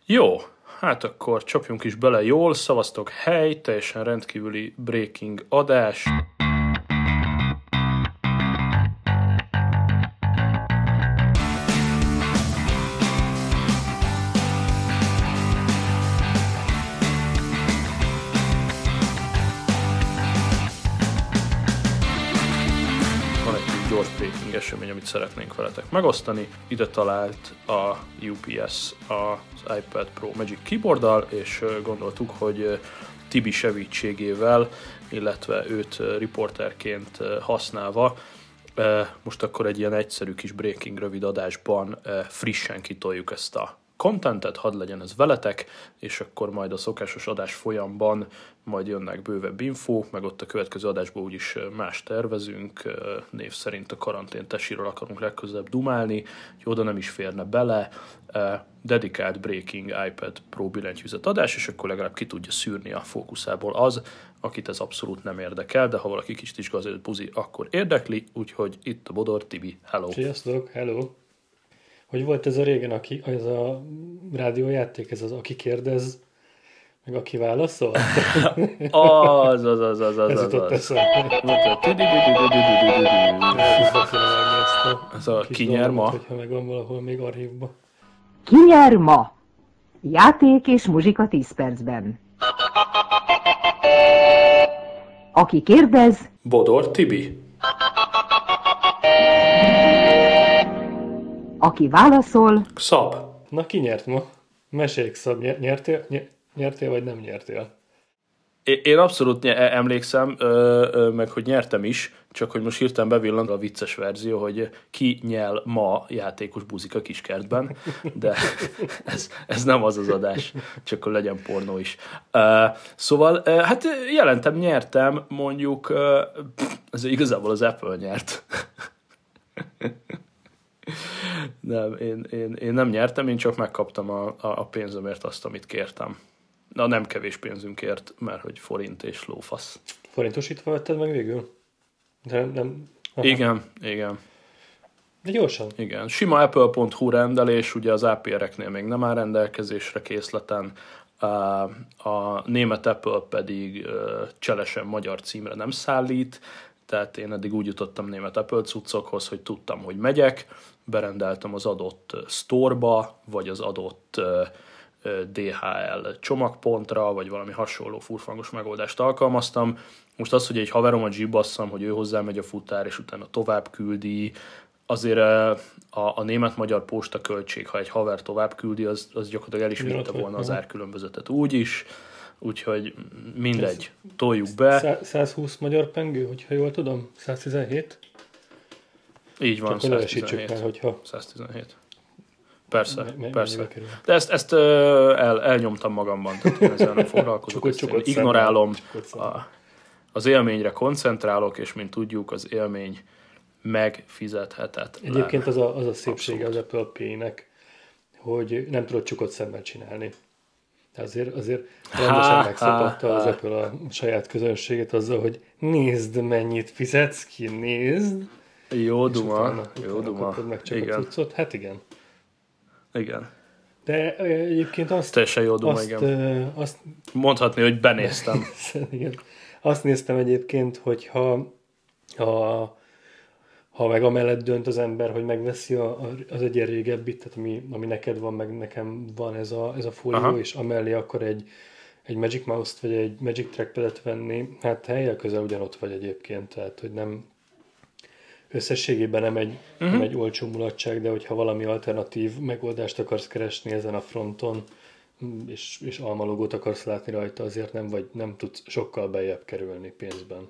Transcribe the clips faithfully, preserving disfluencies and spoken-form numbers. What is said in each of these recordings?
Jó, hát akkor csapjunk is bele jól, szavaztok, hely, teljesen rendkívüli breaking adás. Breaking esemény, amit szeretnénk veletek megosztani. Ide talált a U P S az iPad Pro Magic Keyboarddal, és gondoltuk, hogy Tibi segítségével, illetve őt riporterként használva, most akkor egy ilyen egyszerű kis breaking rövid adásban frissen kitoljuk ezt a contentet, hadd legyen ez veletek, és akkor majd a szokásos adás folyamban majd jönnek bővebb infó, meg ott a következő adásból úgyis más tervezünk, név szerint a karantén tesiről akarunk legközelebb dumálni, hogy oda nem is férne bele, dedikált breaking iPad Pro billentyűzet adás, és akkor legalább ki tudja szűrni a fókuszából az, akit ez abszolút nem érdekel, de ha valaki kicsit is gazélt buzi, akkor érdekli, úgyhogy itt a Bodor Tibi, hello! Sziasztok, hello! Hogy volt ez a régen, aki, ez a rádiójáték, ez az, aki kérdez, meg aki válaszol? az, az, az, az, az, ez az, jutott az. eszembe. Ez a ki nyer ma? Hogyha megvan valahol még archívban. Ki nyer ma? Játék és muzsika tíz percben. Aki kérdez... Bodor Tibi. Aki válaszol... Szab. Na, ki nyert ma? Meséljük, Szab, nyertél, nyertél vagy nem nyertél? Én abszolút emlékszem, meg hogy nyertem is, csak hogy most hirtelen bevillant a vicces verzió, hogy ki nyel ma játékos buzik a kiskertben, de ez, ez nem az az adás, csak hogy legyen pornó is. Szóval, hát jelentem, nyertem, mondjuk, ez igazából az Apple nyert. Nem, én, én, én nem nyertem, én csak megkaptam a, a pénzömért azt, amit kértem. Na, nem kevés pénzünkért, mert hogy forint és lófasz. Forintosítva vetted meg végül? De nem... Igen, igen. De gyorsan. Igen. Sima apple pont hu rendelés, ugye az á pé er-eknél még nem áll rendelkezésre készleten, a német Apple pedig cselesen magyar címre nem szállít, tehát én eddig úgy jutottam német Apple cuccokhoz, hogy tudtam, hogy megyek, berendeltem az adott store-ba, vagy az adott dé há el csomagpontra, vagy valami hasonló furfangos megoldást alkalmaztam. Most az, hogy egy haveromat zsibbasszam, hogy ő hozzá megy a futár, és utána tovább küldi, azért a, a német-magyar posta költség, ha egy haver tovább küldi, az, az gyakorlatilag el is vitte volna az árkülönbözetet úgy is, úgyhogy mindegy, toljuk be. százhúsz magyar pengő, hogyha jól tudom? száztizenhét? Így van, csak száztizenhét. Már, hogyha... száztizenhét. Persze, me- me- persze. De ezt, ezt el, elnyomtam magamban, tehát én ezzel nem foglalkozok, ezt én ignorálom, a, az élményre koncentrálok, és mint tudjuk, az élmény megfizethetetlen. Egyébként az a, az a szépsége az Apple Pay-nek, hogy nem tudod csukott szemmel csinálni. Azért, azért rendesen megszapadta az Apple a saját közönségét azzal, hogy nézd, mennyit fizetsz ki, nézd. Jó duma, utána, jó utána duma. kapod meg csak Igen. a cuccot. Hát igen. Igen. De egyébként azt... Teljesen jó duma, azt, igen. Azt, mondhatni, hogy benéztem. igen. Azt néztem egyébként, hogyha ha, ha meg amellett dönt az ember, hogy megveszi a, az egy ilyen régebbit, tehát ami, ami neked van, meg nekem van ez a, ez a fólió, aha, és amellé akkor egy, egy Magic Mouse-t vagy egy Magic Trackpadet venni, hát helyel közel ugyanott vagy egyébként, tehát hogy nem összességében nem egy, uh-huh. nem egy olcsó mulatság, de hogyha valami alternatív megoldást akarsz keresni ezen a fronton, és, és almalogót akarsz látni rajta, azért nem, vagy nem tudsz sokkal beljebb kerülni pénzben.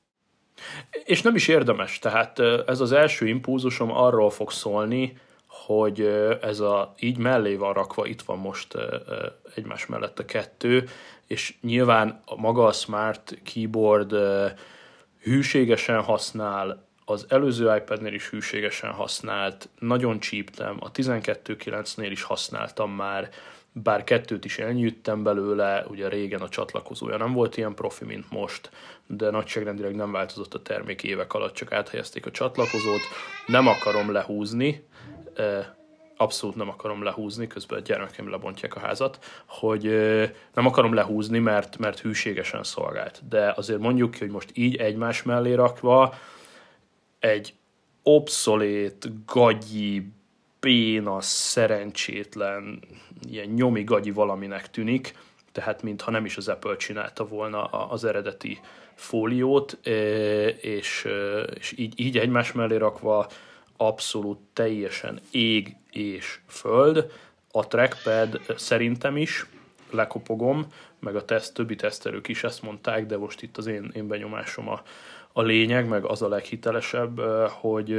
És nem is érdemes, tehát ez az első impulzusom arról fog szólni, hogy ez a, így mellé van rakva, itt van most egymás mellett a kettő, és nyilván a maga a Smart Keyboard hűségesen használ, az előző iPadnél is hűségesen használt, nagyon csíptem, a tizenkettő kilencnél is használtam már, bár kettőt is elnyűjtem belőle, ugye régen a csatlakozója nem volt ilyen profi, mint most, de nagyságrendileg nem változott a termék évek alatt, csak áthelyezték a csatlakozót. Nem akarom lehúzni, abszolút nem akarom lehúzni, közben a gyermekeim lebontják a házat, hogy nem akarom lehúzni, mert, mert hűségesen szolgált. De azért mondjuk ki, hogy most így egymás mellé rakva egy obszolét, gagyi, béna, szerencsétlen, ilyen nyomi gagyi valaminek tűnik, tehát mintha nem is az Apple csinálta volna az eredeti fóliót, és, és így, így egymás mellé rakva abszolút teljesen ég és föld. A trackpad szerintem is, lekopogom, meg a teszt, többi tesztelők is ezt mondták, de most itt az én, én benyomásom a, a lényeg, meg az a leghitelesebb, hogy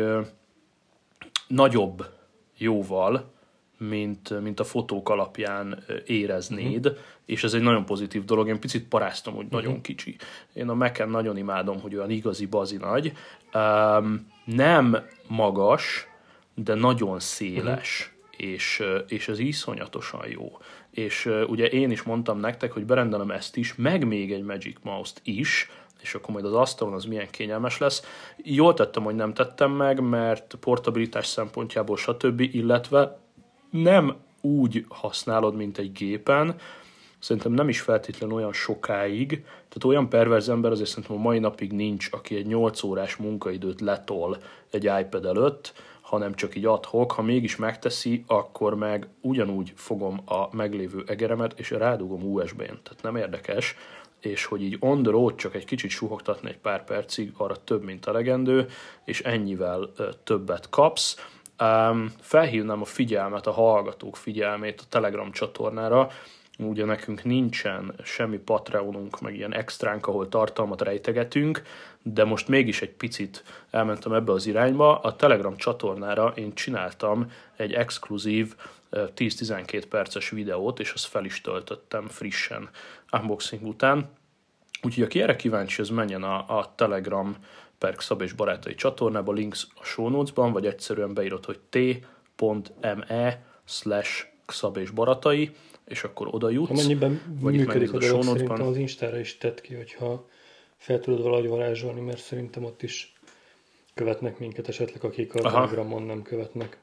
nagyobb jóval, mint, mint a fotók alapján éreznéd, uh-huh. és ez egy nagyon pozitív dolog. Én picit paráztam, hogy uh-huh. nagyon kicsi. Én a Mac-en nagyon imádom, hogy olyan igazi bazi nagy. Um, nem magas, de nagyon széles, uh-huh. és, és ez iszonyatosan jó. És uh, ugye én is mondtam nektek, hogy berendelem ezt is, meg még egy Magic Mouse-t is, és akkor majd az asztalon az milyen kényelmes lesz. Jól tettem, hogy nem tettem meg, mert portabilitás szempontjából stb., illetve nem úgy használod, mint egy gépen, szerintem nem is feltétlenül olyan sokáig, tehát olyan perverz ember azért szerintem a mai napig nincs, aki egy nyolc órás munkaidőt letol egy iPad előtt, hanem csak így ad-hoc. Ha mégis megteszi, akkor meg ugyanúgy fogom a meglévő egeremet, és rádugom u es bé-n, tehát nem érdekes, és hogy így on the road csak egy kicsit suhogtatni egy pár percig, arra több, mint elegendő, és ennyivel ö, többet kapsz. Um, felhívnám a figyelmet, a hallgatók figyelmét a Telegram csatornára. Ugye nekünk nincsen semmi Patreonunk, meg ilyen extránk, ahol tartalmat rejtegetünk, de most mégis egy picit elmentem ebbe az irányba. A Telegram csatornára én csináltam egy exkluzív tíz-tizenkét perces videót, és azt fel is töltöttem frissen unboxing után. Úgyhogy aki erre kíváncsi, az menjen a, a Telegram per Xab és Barátai csatornába, links a show notes-ban, vagy egyszerűen beírod, hogy t.me slash Xab és Barátai, és akkor oda jutsz. Amennyiben vagy működik a dolog, szerintem az Instára is tett ki, hogyha fel tudod valahogy varázsolni, mert szerintem ott is követnek minket esetleg, akik a Aha. Telegramon nem követnek.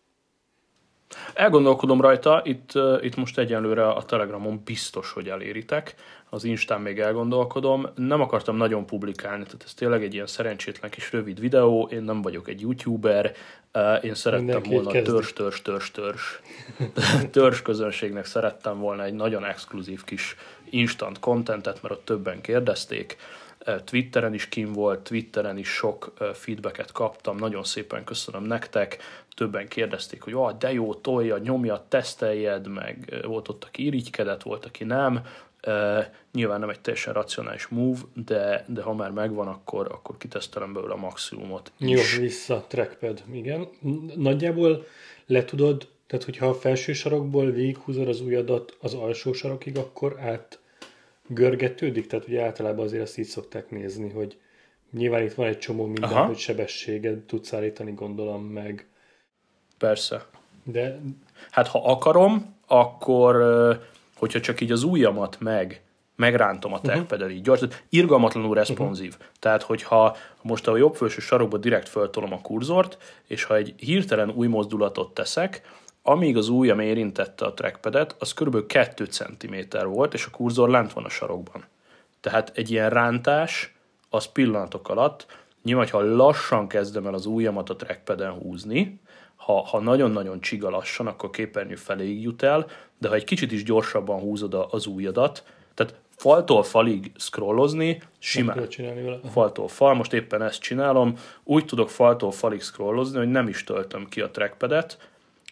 Elgondolkodom rajta, itt, itt most egyenlőre a Telegramon biztos, hogy eléritek, az Instán még elgondolkodom, nem akartam nagyon publikálni, tehát ez tényleg egy ilyen szerencsétlen kis rövid videó, én nem vagyok egy youtuber, én szerettem Mindenki volna törzs, törzs, törzs, törzs, törzs közönségnek szerettem volna egy nagyon exkluzív kis instant contentet, mert ott többen kérdezték, Twitteren is kim volt, Twitteren is sok feedbacket kaptam, nagyon szépen köszönöm nektek, többen kérdezték, hogy oh, de jó, tolja, nyomja, teszteljed, meg volt ott, aki irigykedett, volt, aki nem. Uh, nyilván nem egy teljesen racionális move, de, de ha már megvan, akkor, akkor kitesztelem belőle a maximumot is. Jó, vissza, trackpad, igen. Nagyjából le tudod, tehát hogyha a felső sarokból végighúzod az ujjadat az alsó sarokig, akkor át görgetődik, tehát ugye általában azért azt így szokták nézni, hogy nyilván itt van egy csomó minden, Aha. hogy sebességet tudsz állítani, gondolom meg. Persze. De... Hát ha akarom, akkor hogyha csak így az ujjamat meg, megrántom a trackpaddel így gyorsan, irgalmatlanul responsív. Uh-huh. Tehát, hogyha most a jobb felső sarokba direkt föltolom a kurzort, és ha egy hirtelen új mozdulatot teszek, amíg az ujjam érintette a trackpadet, az kb. két centiméter volt, és a kurzor lent van a sarokban. Tehát egy ilyen rántás, az pillanatok alatt, nyilván, ha lassan kezdem el az ujjamat a trackpaden húzni, ha, ha nagyon-nagyon csiga lassan, akkor képernyő feléig jut el, de ha egy kicsit is gyorsabban húzod az ujjadat, tehát faltól falig scrollozni, simán. Faltól fal, most éppen ezt csinálom, úgy tudok faltól falig scrollozni, hogy nem is töltöm ki a trackpadet,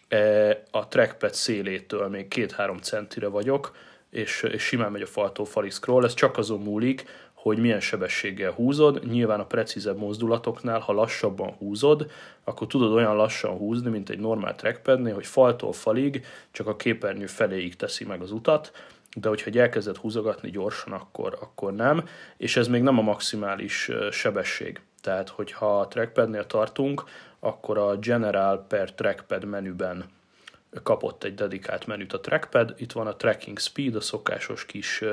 a trackpad szélétől még két-három centire vagyok, és, és simán megy a faltól falig scroll, ez csak azon múlik, hogy milyen sebességgel húzod. Nyilván a precízebb mozdulatoknál, ha lassabban húzod, akkor tudod olyan lassan húzni, mint egy normál trackpadnél, hogy faltól falig csak a képernyő feléig teszi meg az utat, de hogyha elkezded húzogatni gyorsan, akkor, akkor nem, és ez még nem a maximális sebesség. Tehát, hogyha a trackpadnél tartunk, akkor a General per Trackpad menüben kapott egy dedikált menüt a trackpad. Itt van a Tracking Speed, a szokásos kis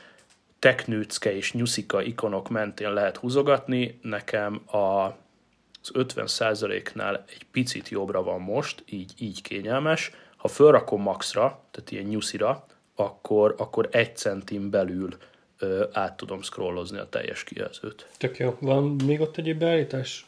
teknőcke és nyuszika ikonok mentén lehet húzogatni. Nekem a az ötven százaléknál egy picit jobbra van most, így, így kényelmes. Ha fölrakom maxra, tehát ilyen nyuszira, akkor, akkor egy centin belül ö, át tudom scrollozni a teljes kijelzőt. Tök jó. Van még ott egyéb beállítás?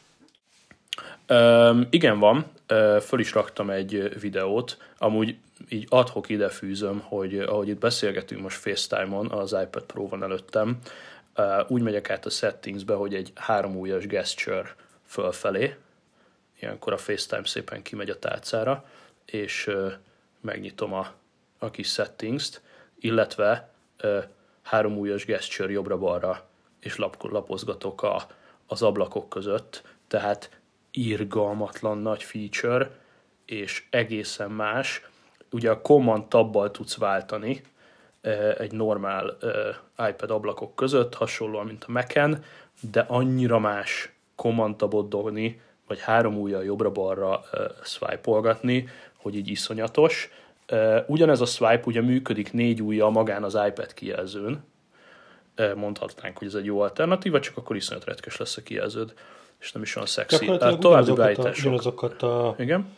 Ö, igen, van. Ö, föl is raktam egy videót. Amúgy így ad-hoc ide fűzöm, hogy ahogy itt beszélgetünk most FaceTime-on, az iPad Pro van előttem, ö, úgy megyek át a settingsbe, hogy egy három ujjas gesture fölfelé. Ilyenkor a FaceTime szépen kimegy a tálcára, és ö, megnyitom a, a kis settings-t, illetve ö, három ujjas gesture jobbra-balra, és lap, lapozgatok a, az ablakok között, tehát irgalmatlan nagy feature, és egészen más. Ugye a Command tabbal tudsz váltani ö, egy normál ö, iPad ablakok között, hasonlóan, mint a Mac-en, de annyira más Command tabot dobni, vagy három ujjal jobbra-balra uh, swipe-olgatni, hogy így iszonyatos. Uh, ugyanez a swipe ugye működik négy ujjal magán az iPad kijelzőn. Uh, mondhatnánk, hogy ez egy jó alternatíva, csak akkor iszonyat retkes lesz a kijelződ, és nem is olyan szexi. Uh, további beállítások. Ugyanazokat a, Igen?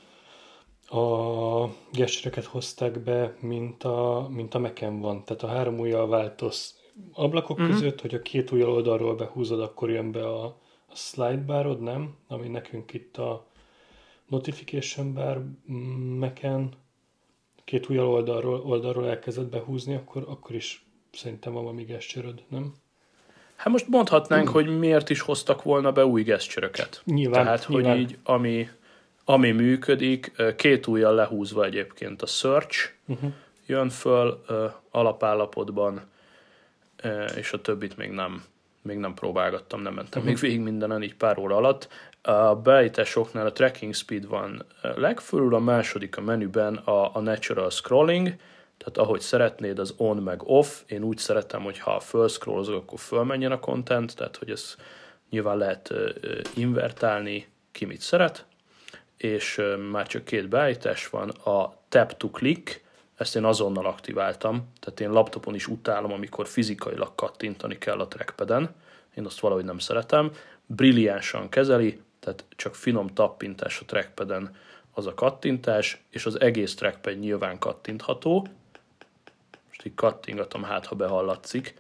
a gesture-eket hozták be, mint a, mint a Mac-en van. Tehát a három ujjal változ ablakok mm-hmm. között, hogy a két ujjal oldalról behúzod, akkor jön be a, a slide barod, nem? Ami nekünk itt a notification bar Mac-en két ujjal oldalról, oldalról elkezdett behúzni, akkor, akkor is szerintem van valami gesture-öd, nem? Hát most mondhatnánk, mm. hogy miért is hoztak volna be új gesture-öket. Nyilván, Tehát, nyilván. hogy így, ami, ami működik, két ujjal lehúzva egyébként a search uh-huh. jön föl alapállapotban, és a többit még nem, még nem próbálgattam, nem mentem uh-huh. még végig mindenen így pár óra alatt. A beállításoknál a tracking speed van legfölül, a második a menüben a, a natural scrolling, tehát ahogy szeretnéd, az on meg off. Én úgy szeretem, hogy ha fölscrollozok, akkor fölmenjen a content, tehát hogy ez nyilván lehet uh, invertálni, ki mit szeret, és uh, már csak két beállítás van. A tap to click, ezt én azonnal aktiváltam, tehát én laptopon is utálom, amikor fizikailag kattintani kell a trackpaden, én azt valahogy nem szeretem. Brilliánsan kezeli, tehát csak finom tappintás a trackpaden az a kattintás, és az egész trackpad nyilván kattintható. Most így kattingatom, hát ha behallatszik.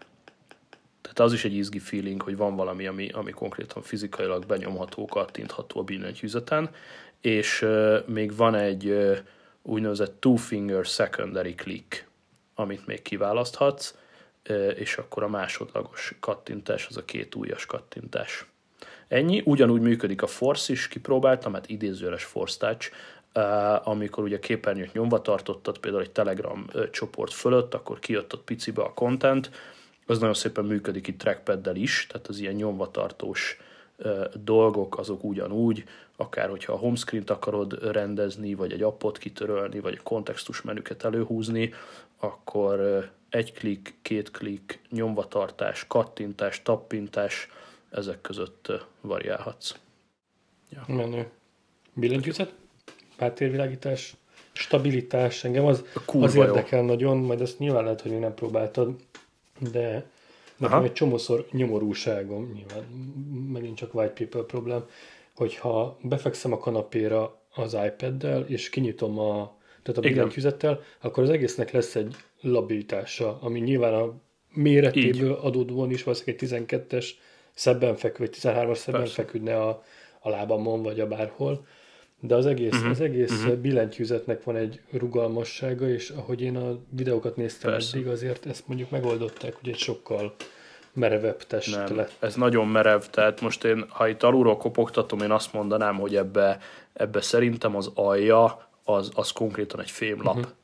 Tehát az is egy izgi feeling, hogy van valami, ami, ami konkrétan fizikailag benyomható, kattintható a billentyűzeten. És uh, még van egy uh, úgynevezett two finger secondary click, amit még kiválaszthatsz, uh, és akkor a másodlagos kattintás, az a két ujjas kattintás. Ennyi, ugyanúgy működik a Force is, kipróbáltam, hát idézőjeles Force Touch, uh, amikor ugye képernyőt nyomva tartottad, például egy Telegram uh, csoport fölött, akkor kijött ott picibe a content, az nagyon szépen működik itt trackpaddel is, tehát az ilyen nyomvatartós uh, dolgok, azok ugyanúgy, akár hogyha a homescreen-t akarod rendezni, vagy egy appot kitörölni, vagy a kontextus menüket előhúzni, akkor uh, egy klik, két klik, nyomvatartás, kattintás, tappintás, ezek között uh, variálhatsz. Ja. Menő. Billentyűzet, háttérvilágítás, stabilitás, engem az, az érdekel jó. Nagyon, majd ezt nyilván lehet, hogy még nem próbáltad, de nekem egy csomószor nyomorúságom, nyilván megint csak white paper problém, hogyha befekszem a kanapéra az iPaddel, és kinyitom a, tehát a billentyűzettel, akkor az egésznek lesz egy labilitása, ami nyilván a méretéből így adódóan is valószínűleg egy tizenkettes szebben fekü, vagy tizenhármas szebben feküdne a, a lábamon, vagy a bárhol. De az egész, uh-huh. az egész uh-huh. billentyűzetnek van egy rugalmassága, és ahogy én a videókat néztem Persze. eddig, azért ezt mondjuk megoldották, hogy egy sokkal merevebb test Nem, lett. Ez nagyon merev, tehát most én, ha itt alulról kopogtatom, én azt mondanám, hogy ebbe, ebbe szerintem az alja, az, az konkrétan egy fémlap. Uh-huh.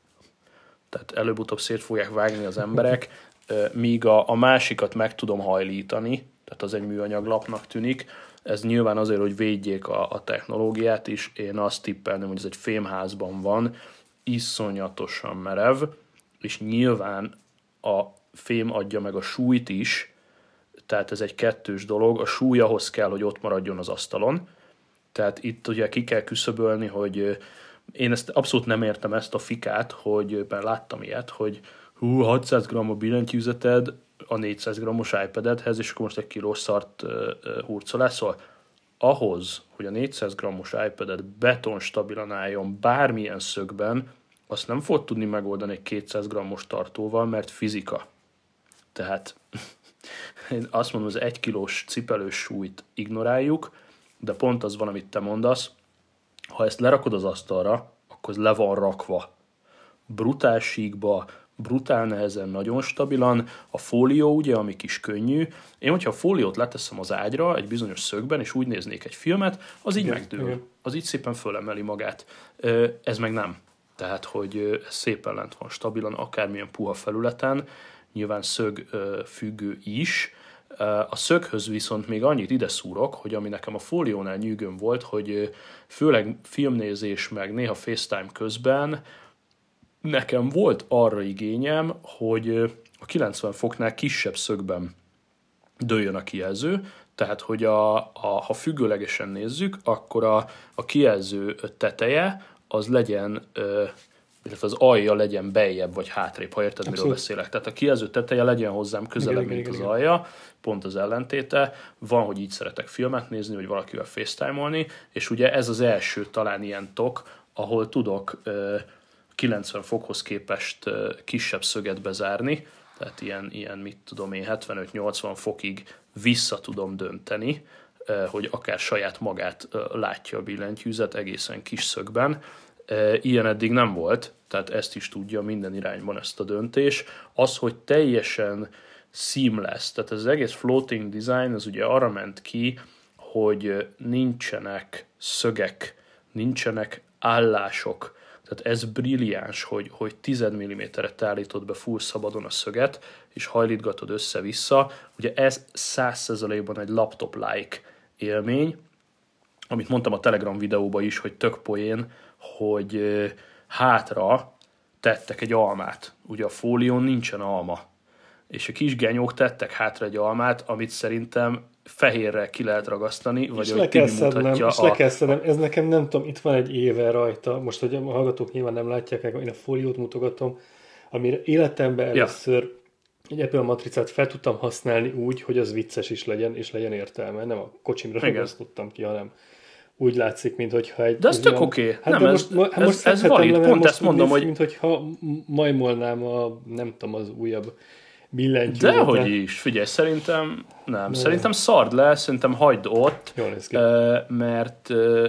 Tehát előbb-utóbb szét fogják vágni az emberek, míg a, a másikat meg tudom hajlítani, tehát az egy műanyaglapnak tűnik. Ez nyilván azért, hogy védjék a, a technológiát is. Én azt tippelném, hogy ez egy fémházban van, iszonyatosan merev, és nyilván a fém adja meg a súlyt is, tehát ez egy kettős dolog. A súly ahhoz kell, hogy ott maradjon az asztalon. Tehát itt ugye ki kell küszöbölni, hogy én ezt abszolút nem értem ezt a fikát, hogy már láttam ilyet, hogy hú, hatszáz gramm a billentyűzeted a négyszáz grammos iPad-edhez, és akkor most egy kilós szart uh, uh, hurcolás, szóval ahhoz, hogy a négyszáz grammos iPad-et betonstabilan álljon bármilyen szögben, azt nem fog tudni megoldani egy kétszáz grammos tartóval, mert fizika. Tehát én azt mondom, az egy kilós cipelős súlyt ignoráljuk, de pont az van, amit te mondasz, ha ezt lerakod az asztalra, akkor ez le van rakva. Brutál síkba, brutál nehezen, nagyon stabilan. A fólió ugye, ami kis könnyű. Én, hogyha a fóliót leteszem az ágyra egy bizonyos szögben, és úgy néznék egy filmet, az így igen, megdől. Igen. Az így szépen fölemeli magát. Ez meg nem. Tehát, hogy ez szépen lent van stabilan, akármilyen puha felületen, nyilván szög függő is. A szöghöz viszont még annyit ide szúrok, hogy ami nekem a fóliónál nyűgöm volt, hogy főleg filmnézés meg néha FaceTime közben nekem volt arra igényem, hogy a kilencven foknál kisebb szögben dőljön a kijelző, tehát hogy a, a, ha függőlegesen nézzük, akkor a, a kijelző teteje az legyen, illetve az alja legyen beljebb vagy hátrébb, ha érted, miről beszélek. Tehát a kijelző teteje legyen hozzám közelebb, igen, mint igen, az igen. alja, pont az ellentéte. Van, hogy így szeretek filmet nézni, vagy valakivel FaceTime-olni, és ugye ez az első talán ilyen tok, ahol tudok kilencven fokhoz képest kisebb szöget bezárni, tehát ilyen, ilyen mit tudom én, hetvenöt-nyolcvan fokig vissza tudom dönteni, hogy akár saját magát látja a billentyűzet egészen kis szögben. Ilyen eddig nem volt, tehát ezt is tudja minden irányban ezt a döntés. Az, hogy teljesen seamless, tehát ez az egész floating design, az ugye arra ment ki, hogy nincsenek szögek, nincsenek állások, tehát ez brilliáns, hogy, hogy tíz milliméteret állítod be full szabadon a szöget, és hajlítgatod össze-vissza. Ugye ez száz százalékban egy laptop-like élmény, amit mondtam a Telegram videóban is, hogy tök poén, hogy hátra tettek egy almát. Ugye a fólión nincsen alma. És a kis genyók tettek hátra egy almát, amit szerintem fehérrel ki lehet ragasztani, vagy és le kell szednem, és a... le kell szednem. Ez nekem nem tudom, itt van egy éve rajta, most, hogy a hallgatók nyilván nem látják meg, én a fóliót mutogatom, amire életemben először ja. egy Apple matricát fel tudtam használni úgy, hogy az vicces is legyen, és legyen értelme. Nem a kocsimra ragasztottam ki, hanem úgy látszik, minthogyha egy... De ez tök oké. Okay. Nem, de ez, most, ez, most ez valid, pont most ezt mondom, néz, hogy... minthogyha majmolnám a, nem tudom, az újabb billentyűzetet. Dehogy is, figyelj, szerintem nem. De. Szerintem szard le, szerintem hagyd ott, mert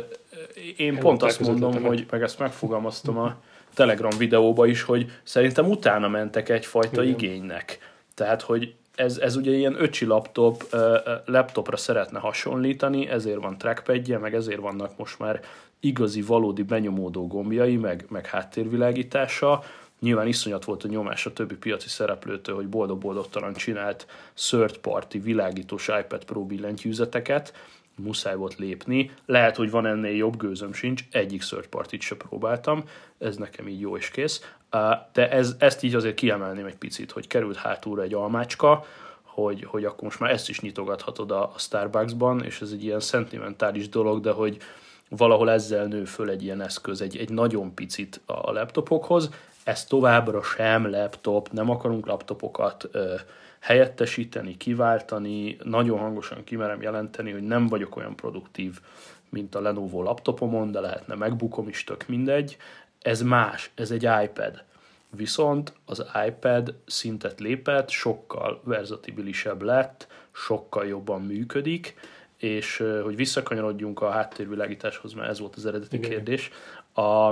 én pont azt mondom, hogy meg ezt megfogalmaztam a Telegram videóba is, hogy szerintem utána mentek egyfajta igen. igénynek. Tehát, hogy ez, ez ugye ilyen öcsi laptop, laptopra szeretne hasonlítani, ezért van trackpadje, meg ezért vannak most már igazi, valódi benyomódó gombjai, meg, meg háttérvilágítása. Nyilván iszonyat volt a nyomás a többi piaci szereplőtől, hogy boldog-boldogtalan csinált third party világítós iPad Pro billentyűzeteket, muszáj volt lépni. Lehet, hogy van ennél jobb, gőzöm sincs, egyik third party-t se próbáltam, ez nekem így jó és kész. De ez, ezt így azért kiemelném egy picit, hogy került hátulra egy almácska, hogy, hogy akkor most már ezt is nyitogathatod a Starbucksban, és ez egy ilyen szentimentális dolog, de hogy valahol ezzel nő föl egy ilyen eszköz, egy, egy nagyon picit a laptopokhoz. Ez továbbra sem laptop, nem akarunk laptopokat ö, helyettesíteni, kiváltani, nagyon hangosan kimerem jelenteni, hogy nem vagyok olyan produktív, mint a Lenovo laptopomon, de lehetne MacBookom is, tök mindegy. Ez más, ez egy iPad. Viszont az iPad szintet lépett, sokkal verzatibilisebb lett, sokkal jobban működik, és hogy visszakanyarodjunk a háttérvilágításhoz, mert ez volt az eredeti igen. kérdés. A,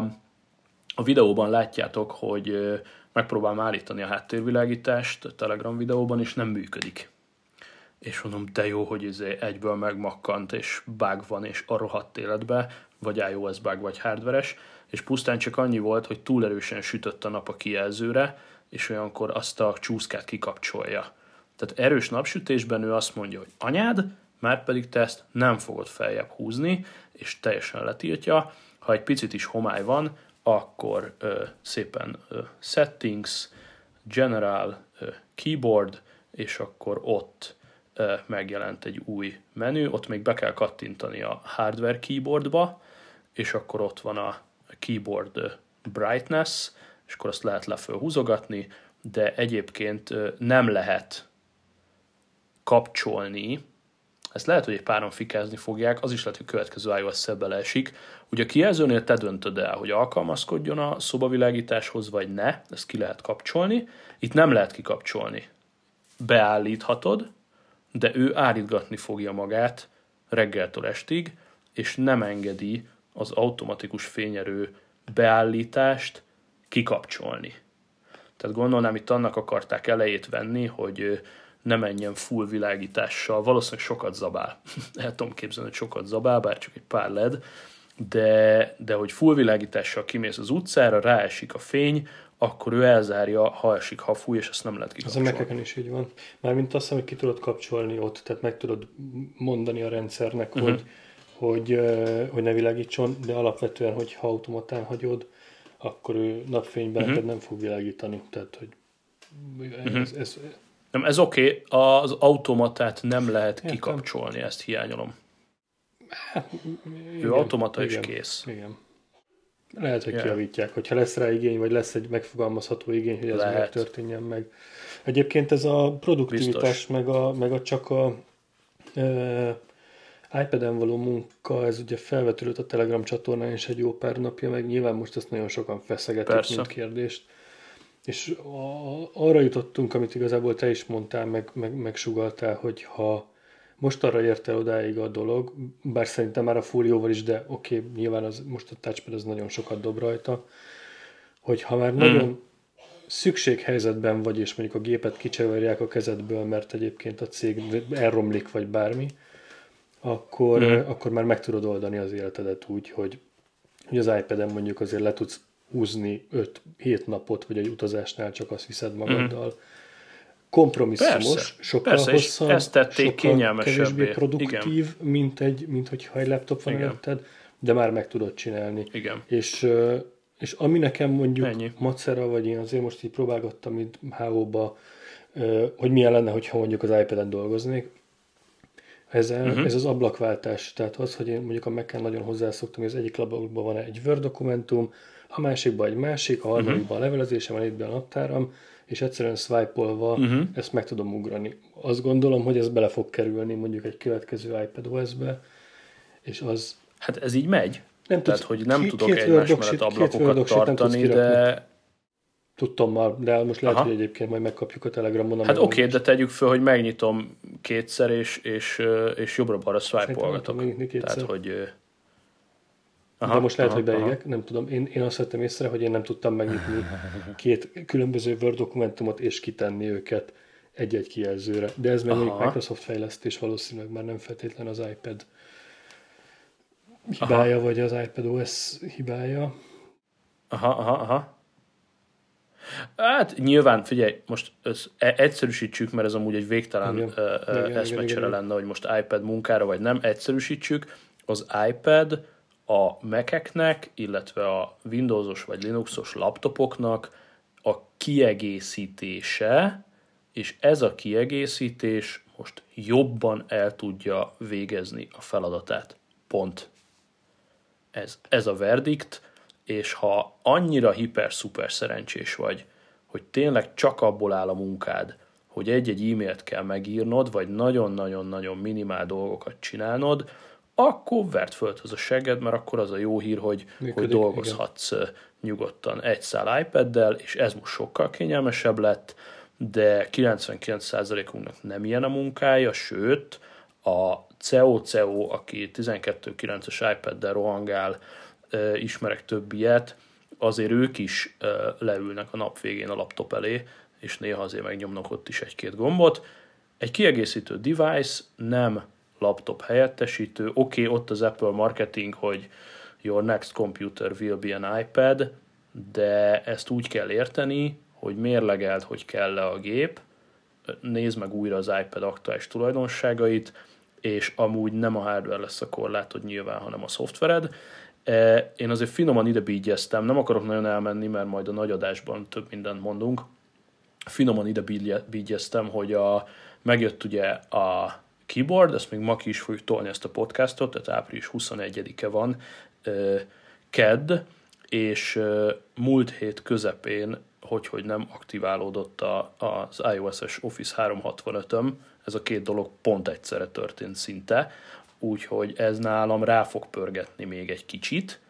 a videóban látjátok, hogy megpróbálom állítani a háttérvilágítást a Telegram videóban, és nem működik. És mondom, de jó, hogy ez egyből megmakkant, és bug van, és a rohadt életbe, vagy iOS bug, vagy hardveres, és pusztán csak annyi volt, hogy túl erősen sütött a nap a kijelzőre, és olyankor azt a csúszkát kikapcsolja. Tehát erős napsütésben ő azt mondja, hogy anyád, már pedig te ezt nem fogod feljebb húzni, és teljesen letiltja. Ha egy picit is homály van, akkor ö, szépen ö, settings, general, ö, keyboard, és akkor ott ö, megjelent egy új menü, ott még be kell kattintani a hardware keyboardba, és akkor ott van a keyboard ö, brightness, és akkor azt lehet lefölhúzogatni, de egyébként ö, nem lehet kapcsolni ezt lehet, hogy egy páran fikázni fogják, az is lehet, hogy a következő iOS-szel beleesik. Ugye a kijelzőnél te döntöd el, hogy alkalmazkodjon a szobavilágításhoz, vagy ne, ezt ki lehet kapcsolni. Itt nem lehet kikapcsolni. Beállíthatod, de ő állítgatni fogja magát reggeltől estig, és nem engedi az automatikus fényerő beállítást kikapcsolni. Tehát gondolnám, itt annak akarták elejét venni, hogy ne menjen full világítással. Valószínűleg sokat zabál. El tudom képzelni, hogy sokat zabál, bár csak egy pár led, de, de hogy full világítással kimész az utcára, ráesik a fény, akkor ő elzárja, ha esik, ha fúj, és ezt nem lehet kikapcsolni. Az a Mac-eken is így van. Mármint azt hiszem, hogy ki tudod kapcsolni ott, tehát meg tudod mondani a rendszernek, uh-huh. hogy, hogy, hogy ne világítson, de alapvetően, hogy ha automatán hagyod, akkor ő napfényben uh-huh. nem fog világítani. Tehát, hogy ez... Uh-huh. ez nem, ez oké, okay. Az automatát nem lehet Értem. kikapcsolni, ezt hiányolom. Hát, igen, ő automata igen, is kész. Igen. Lehet, hogy yeah. kijavítják, hogyha lesz rá igény, vagy lesz egy megfogalmazható igény, hogy ez Lehet. megtörténjen meg. Egyébként ez a produktivitás, meg a, meg a csak a e, iPad-en való munka, ez ugye felvetődött a Telegram csatornán is egy jó pár napja, meg nyilván most ezt nagyon sokan feszegetik, Persze. mint kérdést. És a, arra jutottunk, amit igazából te is mondtál, meg, meg, megsugaltál, hogy ha most arra ért el odáig a dolog, bár szerintem már a Fólióval is, de oké, okay, nyilván az, most a touchpad az nagyon sokat dob rajta, hogy ha már hmm. nagyon szükséghelyzetben vagy, és mondjuk a gépet kicseverják a kezedből, mert egyébként a cég elromlik, vagy bármi, akkor, hmm. akkor már meg tudod oldani az életedet úgy, hogy, hogy az iPad-en mondjuk azért le tudsz húzni öt-hét napot, vagy egy utazásnál csak azt viszed magaddal. Hmm. Kompromisszumos, persze, sokkal persze, hosszabb, ezt tették sokkal kevésbé produktív, Igen. mint egy, mint hogyha egy laptop van előtted, de már meg tudod csinálni. Igen. És, és ami nekem mondjuk Ennyi. macera, vagy én azért most így próbálgattam itt há ó-ba, hogy milyen lenne, hogyha mondjuk az iPad-en dolgoznék. Ez, uh-huh. ez az ablakváltás, tehát az, hogy én mondjuk a Mac-en nagyon hozzászoktam, hogy az egyik ablakban van egy Word dokumentum, a másikban egy másik, a harmadikban uh-huh. a levelezésem, a négyben a naptáram, és egyszerűen swipe-olva uh-huh. ezt meg tudom ugrani. Azt gondolom, hogy ez bele fog kerülni mondjuk egy következő iPadOS-be, és az... Hát ez így megy. Nem Tehát, tudsz, hogy nem két, tudok két egymás mellett ablakokat tartani, de... Tudtam már, de most lehet, Aha. hogy egyébként majd megkapjuk a Telegramon. Hát oké, okay, de tegyük föl, hogy megnyitom kétszer, és, és, és jobbra-balra swipe-olgatok. Tehát, hogy... Aha, de most lehet, aha, hogy beégek, aha. nem tudom. Én, én azt vettem észre, hogy én nem tudtam megnyitni két különböző Word dokumentumot, és kitenni őket egy-egy kijelzőre. De ez még Microsoft fejlesztés, valószínűleg már nem feltétlen az iPad hibája, aha. vagy az iPadOS hibája. Aha, aha, aha. Hát nyilván, figyelj, most egyszerűsítsük, mert ez amúgy egy végtelen eszmecsere lenne, hogy most iPad munkára, vagy nem, egyszerűsítsük. Az iPad a Mac-eknek, illetve a Windowsos vagy Linuxos laptopoknak a kiegészítése, és ez a kiegészítés most jobban el tudja végezni a feladatát. Pont. Ez, ez a verdikt, és ha annyira hiper-szuper szerencsés vagy, hogy tényleg csak abból áll a munkád, hogy egy-egy e-mailt kell megírnod, vagy nagyon-nagyon-nagyon minimál dolgokat csinálnod, akkor vert földhöz a segged, mert akkor az a jó hír, hogy, hogy dolgozhatsz igen. nyugodtan egy szál iPaddel, és ez most sokkal kényelmesebb lett, de kilencvenkilenc százalékunknak nem ilyen a munkája, sőt, a cé e o cé e o, aki tizenkettő kilences iPaddel rohangál, ismerek több ilyet, azért ők is leülnek a nap végén a laptop elé, és néha azért megnyomnak ott is egy-két gombot. Egy kiegészítő device nem laptop helyettesítő. Oké, okay, ott az Apple marketing, hogy your next computer will be an iPad, de ezt úgy kell érteni, hogy mérlegeld, hogy kell-e a gép, nézd meg újra az iPad aktuális tulajdonságait, és amúgy nem a hardware lesz a korlátod nyilván, hanem a szoftvered. Én azért finoman ide bígyeztem, nem akarok nagyon elmenni, mert majd a nagy adásban több mindent mondunk. Finoman ide bígyeztem, hogy a, megjött ugye a keyboard, ezt még ma ki is fogjuk tolni ezt a podcastot, tehát április huszonegyedike van, kedd, és múlt hét közepén hogy, hogy nem aktiválódott a, az iOS-es Office háromszázhatvanötöm, ez a két dolog pont egyszerre történt szinte, úgyhogy ez nálam rá fog pörgetni még egy kicsit,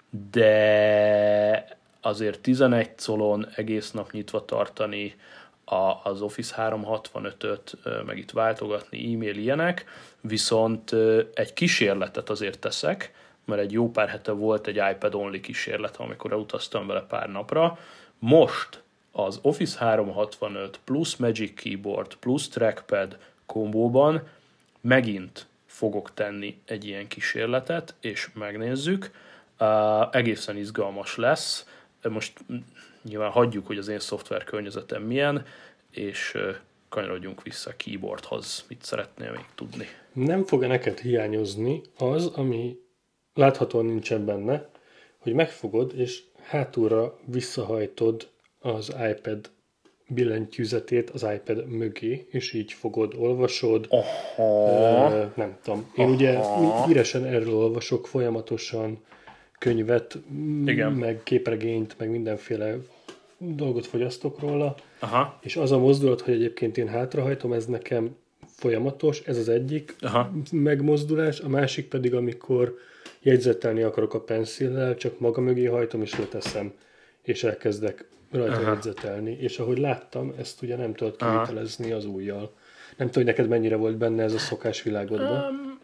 de azért tizenegy colon egész nap nyitva tartani a, az Office háromszázhatvanötöt, meg itt váltogatni, e-mail, ilyenek, viszont egy kísérletet azért teszek, mert egy jó pár hete volt egy iPad-only kísérlet, amikor elutaztam vele pár napra. Most az Office háromszázhatvanöt plusz Magic Keyboard plusz Trackpad kombóban megint fogok tenni egy ilyen kísérletet, és megnézzük. Uh, egészen izgalmas lesz. Most nyilván hagyjuk, hogy az én szoftver környezetem milyen, és uh, kanyarodjunk vissza a keyboardhoz. Mit szeretnél még tudni? Nem fog-e neked hiányozni az, ami láthatóan nincsen benne, hogy megfogod, és hátulra visszahajtod az iPad billentyűzetét az iPad mögé, és így fogod, olvasod. Aha. Uh, nem tudom. Én Aha. ugye híresen erről olvasok folyamatosan könyvet, Igen. meg képregényt, meg mindenféle dolgot fogyasztok róla. Aha. És az a mozdulat, hogy egyébként én hátrahajtom, ez nekem folyamatos, ez az egyik Aha. megmozdulás, a másik pedig, amikor jegyzetelni akarok a pencillel, csak maga mögé hajtom és leteszem, és elkezdek rajta Aha. jegyzetelni. És ahogy láttam, ezt ugye nem tudod kivitelezni az ujjal. Nem tudom, hogy neked mennyire volt benne ez a szokás világodban.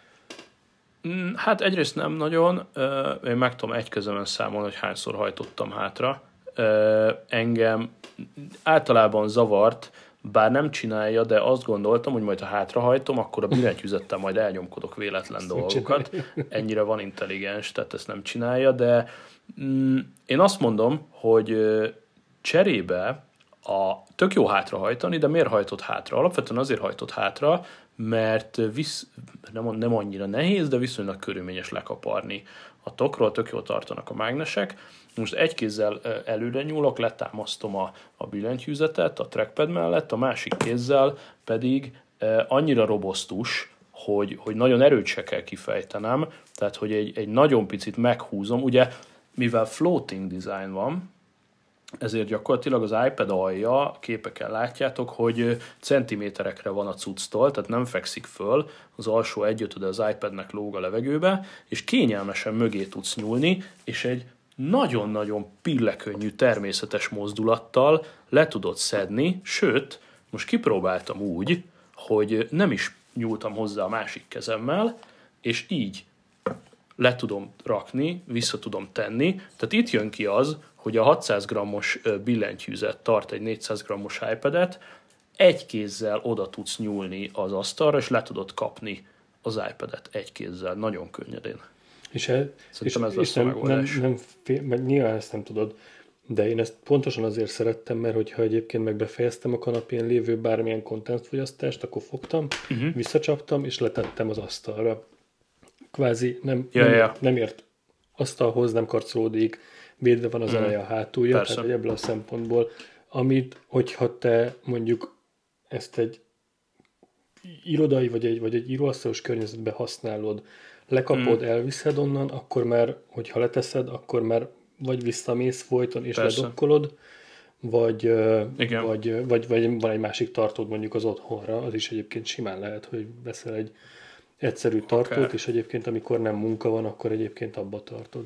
Um, hát egyrészt nem nagyon. Uh, én meg tudom egy kezemen számolni, hogy hányszor hajtottam hátra. Uh, engem általában zavart, bár nem csinálja, de azt gondoltam, hogy majd ha hátrahajtom, akkor a billentyűzettel majd elnyomkodok véletlen dolgokat. Ennyire van intelligens, tehát ezt nem csinálja, de mm, én azt mondom, hogy cserébe a, tök jó hátrahajtani, de miért hajtott hátra? Alapvetően azért hajtott hátra, mert visz, nem, nem annyira nehéz, de viszonylag körülményes lekaparni a tokról, tök jól tartanak a mágnesek. Most egy kézzel előre nyúlok, letámasztom a, a billentyűzetet a trackpad mellett, a másik kézzel pedig e, annyira robosztus, hogy, hogy nagyon erőt se kell kifejtenem, tehát hogy egy, egy nagyon picit meghúzom. Ugye, mivel floating design van, ezért gyakorlatilag az iPad alja, képeken látjátok, hogy centiméterekre van a cucctól, tehát nem fekszik föl, az alsó egyötöde az iPadnek lóg a levegőbe, és kényelmesen mögé tudsz nyúlni, és egy nagyon-nagyon pillekönnyű természetes mozdulattal le tudod szedni, sőt, most kipróbáltam úgy, hogy nem is nyúltam hozzá a másik kezemmel, és így le tudom rakni, vissza tudom tenni, tehát itt jön ki az, hogy a hatszáz grammos billentyűzet tart egy négyszáz grammos iPadet, egy kézzel oda tudsz nyúlni az asztalra, és le tudod kapni az iPadet egy kézzel, nagyon könnyedén. És, el, és, ez és nem, nem, nem fél, meg nyilván ezt nem tudod, de én ezt pontosan azért szerettem, mert hogyha egyébként meg befejeztem a kanapén lévő bármilyen contentfogyasztást, akkor fogtam, uh-huh. visszacsaptam, és letettem az asztalra. Kvázi nem, ja, nem, ja. nem ért asztalhoz, nem karcolódik, védve van az eleje, a hátulja, Persze. tehát ebből a szempontból, amit, hogyha te mondjuk ezt egy irodai vagy egy, vagy egy íróasztalos környezetben használod, lekapod, mm. elviszed onnan, akkor már, hogyha leteszed, akkor már vagy visszamész folyton és Persze. ledokkolod, vagy, vagy, vagy, vagy van egy másik tartód mondjuk az otthonra, az is egyébként simán lehet, hogy veszel egy egyszerű tartót, okay. és egyébként amikor nem munka van, akkor egyébként abba tartod.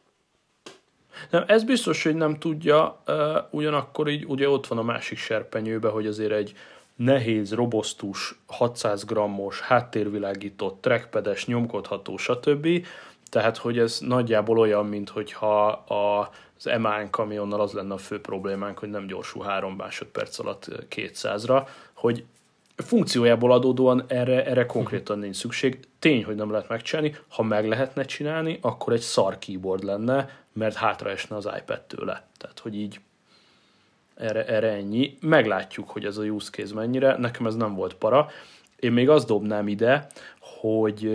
Nem, ez biztos, hogy nem tudja, uh, ugyanakkor így ugye ott van a másik serpenyőbe, hogy azért egy nehéz, robosztus, hatszáz grammos, háttérvilágított, trackpades, nyomkodható, stb. Tehát, hogy ez nagyjából olyan, minthogyha az emánk kamionnal az lenne a fő problémánk, hogy nem gyorsul három másodperc alatt kétszázra, hogy funkciójából adódóan erre, erre konkrétan nincs szükség. Tény, hogy nem lehet megcsinálni. Ha meg lehetne csinálni, akkor egy szar keyboard lenne, mert hátraesne az iPad tőle. Tehát, hogy így erre, erre ennyi. Meglátjuk, hogy ez a use case mennyire. Nekem ez nem volt para. Én még azt dobnám ide, hogy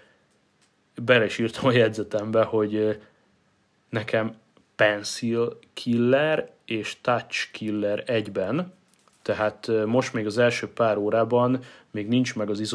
bele is írtam a jegyzetembe, hogy nekem Pencil Killer és Touch Killer egyben, tehát most még az első pár órában még nincs meg az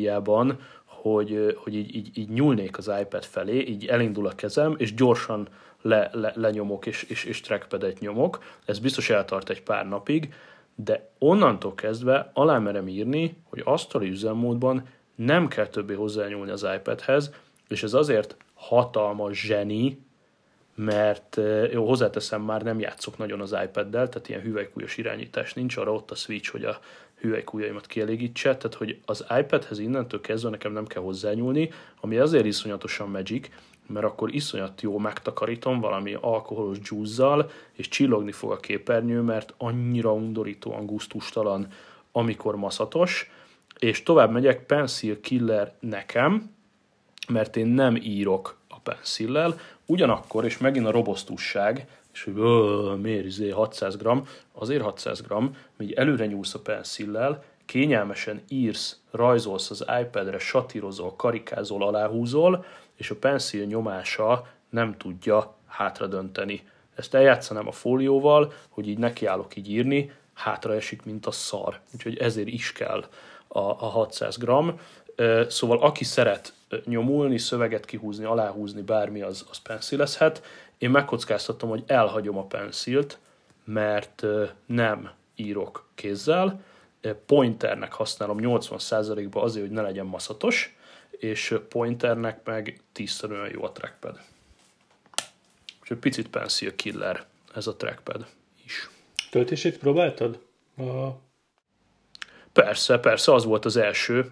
izommemóriában, hogy, hogy így, így, így nyúlnék az iPad felé, így elindul a kezem, és gyorsan le, le, lenyomok és, és, és trackpadet nyomok. Ez biztos eltart egy pár napig, de onnantól kezdve alá merem írni, hogy asztali üzemmódban nem kell többé hozzányúlni az iPadhez, és ez azért hatalmas zseni, mert jó, hozzáteszem, már nem játszok nagyon az iPaddel, tehát ilyen hüvelykújos irányítás nincs, arra ott a switch, hogy a hüvelykújjaimat kielégítse, tehát hogy az iPadhez innentől kezdve nekem nem kell hozzányúlni, ami azért iszonyatosan magic, mert akkor iszonyat jó megtakarítom valami alkoholos juice-zal, és csillogni fog a képernyő, mert annyira undorítóan gusztustalan, amikor maszatos, és tovább megyek, Pencil Killer nekem, mert én nem írok a pencillel, ugyanakkor, és megint a robosztusság, és hogy miért izé hatszáz gramm, azért hatszáz gramm, hogy előre nyúlsz a pencillel, kényelmesen írsz, rajzolsz az iPadre, satírozol, karikázol, aláhúzol, és a pencil nyomása nem tudja hátradönteni. Ezt eljátszanám a fólióval, hogy így nekiállok így írni, hátra esik, mint a szar. Úgyhogy ezért is kell a, a hatszáz gramm. Szóval aki szeret nyomulni, szöveget kihúzni, aláhúzni, bármi, az, az pencilezhet. Én megkockáztatom, hogy elhagyom a pencilt, mert nem írok kézzel. Pointernek használom nyolcvan százalékban azért, hogy ne legyen maszatos, és pointernek meg tízszer olyan jó a trackpad. Úgyhogy picit Pencil Killer ez a trackpad is. Töltését próbáltad? A... Persze, persze, az volt az első.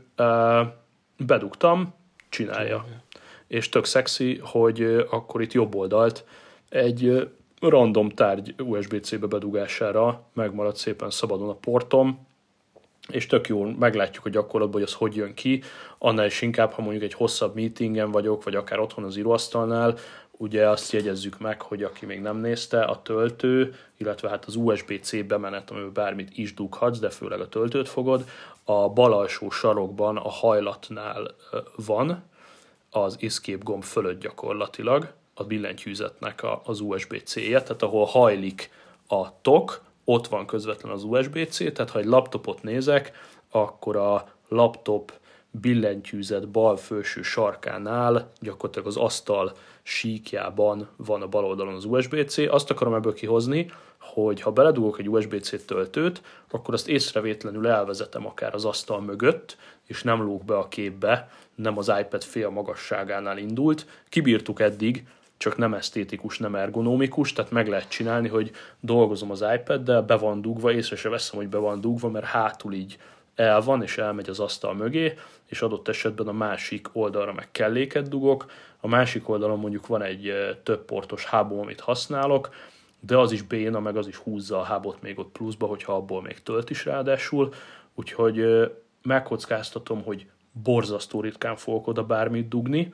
Bedugtam, csinálja. Csinálja. És tök szexi, hogy akkor itt jobb oldalt egy random tárgy u es bé cé-be bedugására megmaradt szépen szabadon a portom, és tök jól meglátjuk a gyakorlatban, hogy az hogy jön ki, annál is inkább, ha mondjuk egy hosszabb meetingen vagyok, vagy akár otthon az íróasztalnál, ugye azt jegyezzük meg, hogy aki még nem nézte, a töltő, illetve hát az u es bé cé bemenet, amiben bármit is dughatsz, de főleg a töltőt fogod, a bal alsó sarokban a hajlatnál van, az Escape gomb fölött gyakorlatilag, a billentyűzetnek az u es bé cé-je, tehát ahol hajlik a tok, ott van közvetlen az u es bé cé, tehát ha egy laptopot nézek, akkor a laptop billentyűzet bal felső sarkánál, gyakorlatilag az asztal síkjában van a bal oldalon az u es bé cé. Azt akarom ebből kihozni, hogy ha beledugok egy u es bé cé töltőt, akkor azt észrevétlenül elvezetem akár az asztal mögött, és nem lóg be a képbe, nem az iPad fél magasságánál indult. Kibírtuk eddig, csak nem esztétikus, nem ergonomikus, tehát meg lehet csinálni, hogy dolgozom az iPaddel, be van dugva, észre se veszem, hogy be van dugva, mert hátul így el van, és elmegy az asztal mögé, és adott esetben a másik oldalra meg kelléket dugok. A másik oldalon mondjuk van egy több portos hábom, amit használok, de az is béna, meg az is húzza a hábot még ott pluszba, hogyha abból még tölt is ráadásul. Úgyhogy megkockáztatom, hogy borzasztó ritkán fogok oda bármit dugni,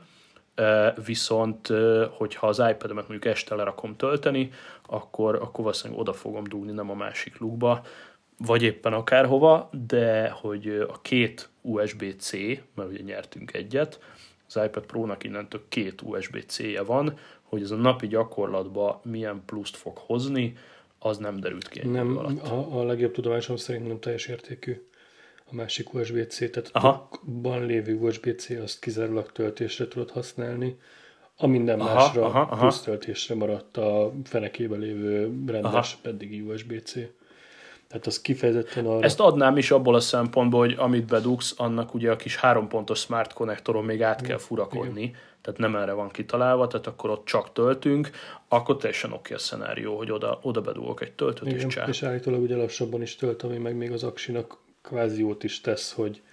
viszont hogyha az iPad-emet mondjuk este lerakom tölteni, akkor, akkor valószínűleg oda fogom dugni, nem a másik lukba, vagy éppen akárhova, de hogy a két u es bé cé, mert ugye nyertünk egyet, az iPad Pro-nak innentől két u es bé cé-je van, hogy ez a napi gyakorlatban milyen pluszt fog hozni, az nem derült ki. Nem, a, a legjobb tudomásom szerint nem teljes értékű a másik u es bé cé, tehát a ban lévő u es bé cé azt kizárólag töltésre tudod használni, a minden aha, másra aha, aha. plusz töltésre maradt a fenekében lévő rendes aha. eddigi u es bé cé. Tehát az kifejezetten arra... Ezt adnám is abból a szempontból, hogy amit bedugsz, annak ugye a kis három pontos smart konnektoron még át kell furakodni, igen. Tehát nem erre van kitalálva, tehát akkor ott csak töltünk, akkor teljesen oké a szenárió, hogy oda, oda bedugok egy töltőt, igen, és csá. És állítólag ugye lassabban is tölt, ami meg még az aksinak kvázi jót is tesz, hogy,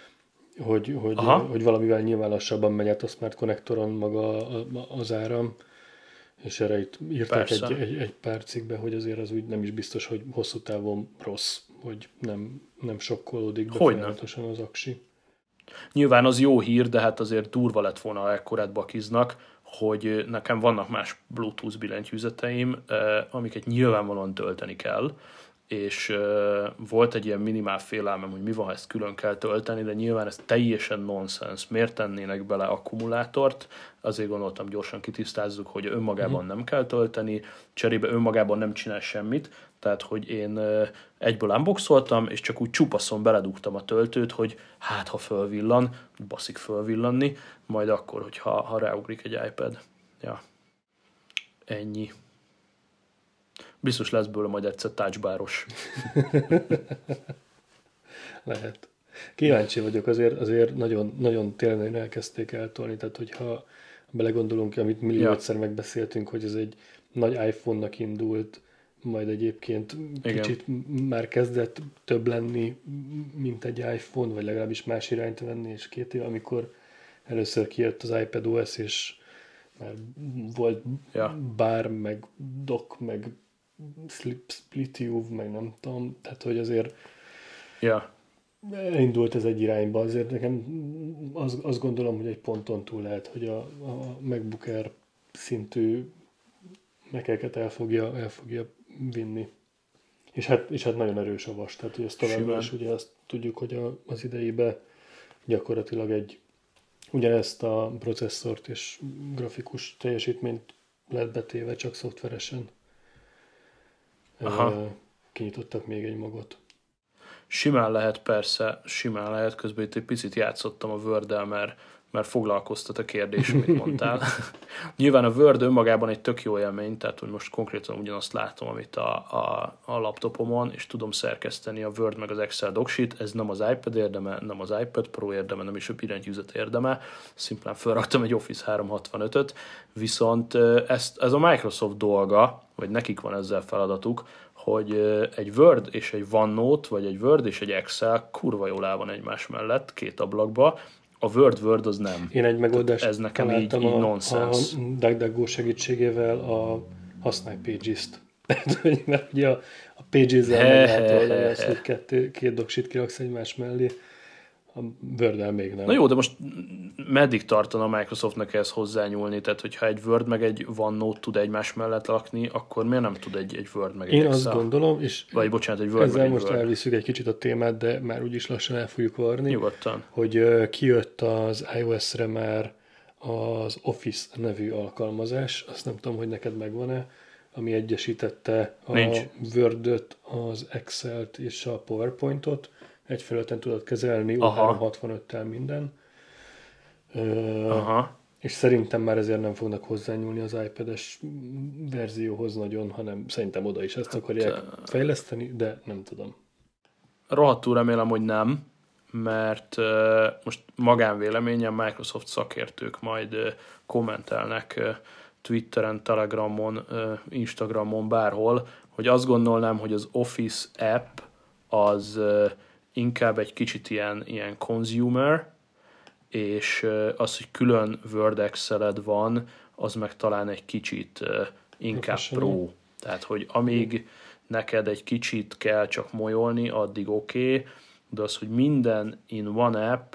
hogy, hogy, hogy valamivel nyilván lassabban megy át a smart konnektoron maga az áram. És erre itt írták egy, egy, egy pár cikkbe, hogy azért az úgy nem is biztos, hogy hosszú távon rossz, hogy nem, nem sokkolódik be folyamatosan az aksi. Nyilván az jó hír, de hát azért durva lett volna, ha ekkorát bakiznak, hogy nekem vannak más Bluetooth billentyűzeteim, amiket nyilvánvalóan tölteni kell, és uh, volt egy ilyen minimál félelmem, hogy mi van, ha ezt külön kell tölteni, de nyilván ez teljesen nonsens. Miért tennének bele akkumulátort? Azért gondoltam, gyorsan kitisztázzuk, hogy önmagában mm. nem kell tölteni, cserébe önmagában nem csinál semmit, tehát hogy én uh, egyből unboxoltam, és csak úgy csupaszon beledugtam a töltőt, hogy hát ha fölvillan, baszik fölvillanni, majd akkor, hogyha ha ráugrik egy iPad. Ja. Ennyi. Biztos lesz bőle majd egyszer touchbaros. Lehet. Kíváncsi vagyok, azért, azért nagyon, nagyon tényleg elkezdték eltolni, tehát hogyha belegondolunk, amit milliószer ja. megbeszéltünk, hogy ez egy nagy iPhone-nak indult, majd egyébként Igen. kicsit már kezdett több lenni, mint egy iPhone, vagy legalábbis más irányt venni, és két év, amikor először kijött az iPadOS, és már volt ja. bár, meg dock, meg SplitView, meg nem tudom, tehát hogy azért ja. elindult ez egy irányba, azért nekem az, azt gondolom, hogy egy ponton túl lehet, hogy a, a MacBook Air szintű Mac-eket el fogja, el fogja vinni. És hát, és hát nagyon erős a vas, tehát hogy ezt továbbra is ugye azt tudjuk, hogy a, az idejében gyakorlatilag egy ugyanezt a processzort és grafikus teljesítményt lett betéve, csak szoftveresen. Aha. Kinyitottak még egy magot. Simán lehet, persze, simán lehet, közben itt egy picit játszottam a Word-del, mert, mert foglalkoztat a kérdés, amit mondtál. Nyilván a Word önmagában egy tök jó élmény, tehát hogy most konkrétan ugyanazt látom, amit a, a, a laptopomon, és tudom szerkeszteni a Word meg az Excel docsit, ez nem az iPad érdeme, nem az iPad Pro érdeme, nem is a billentyűzet érdeme, szimplán felraktam egy Office háromszázhatvanötöt, viszont ezt, ez a Microsoft dolga, vagy nekik van ezzel feladatuk, hogy egy Word és egy OneNote, vagy egy Word és egy Excel kurva jól áll van egymás mellett, két ablakba. A Word Word az nem. Én egy megoldást ez nekem így, így a, nonsense. a DuckDuckGo segítségével a használj Pages-t. Mert ugye a, a Pages-zel meg lehet oldani azt, hogy két, két doksit kiraksz egymás mellé. A Word-el még nem. Na jó, de most meddig tartana a Microsoftnak ehhez hozzányúlni? Tehát, hogyha egy Word meg egy OneNote tud egymás mellett lakni, akkor miért nem tud egy, egy Word meg egy Én Excel? azt gondolom, és Vagy bocsánat, egy Word ezzel meg egy most Word. elviszük egy kicsit a témát, de már úgyis lassan el fogjuk varni. Nyugodtan. Hogy uh, kijött az iOS-re már az Office nevű alkalmazás, azt nem tudom, hogy neked megvan-e, ami egyesítette a Nincs. Word-öt, az Excel-t és a PowerPoint-ot. Egy felületen tudod kezelni, O háromszázhatvanöttel minden. Aha. És szerintem már ezért nem fognak hozzányúlni az iPad-es verzióhoz nagyon, hanem szerintem oda is ezt akarják hát, fejleszteni, de nem tudom. Rohadtul remélem, hogy nem, mert uh, most magánvéleményem Microsoft szakértők majd uh, kommentelnek uh, Twitteren, Telegramon, uh, Instagramon, bárhol, hogy azt gondolnám, hogy az Office app az uh, inkább egy kicsit ilyen, ilyen consumer, és az, hogy külön Word Excel-ed van, az meg talán egy kicsit inkább pro. Tehát, hogy amíg neked egy kicsit kell csak molyolni, addig oké, okay, de az, hogy minden in one app,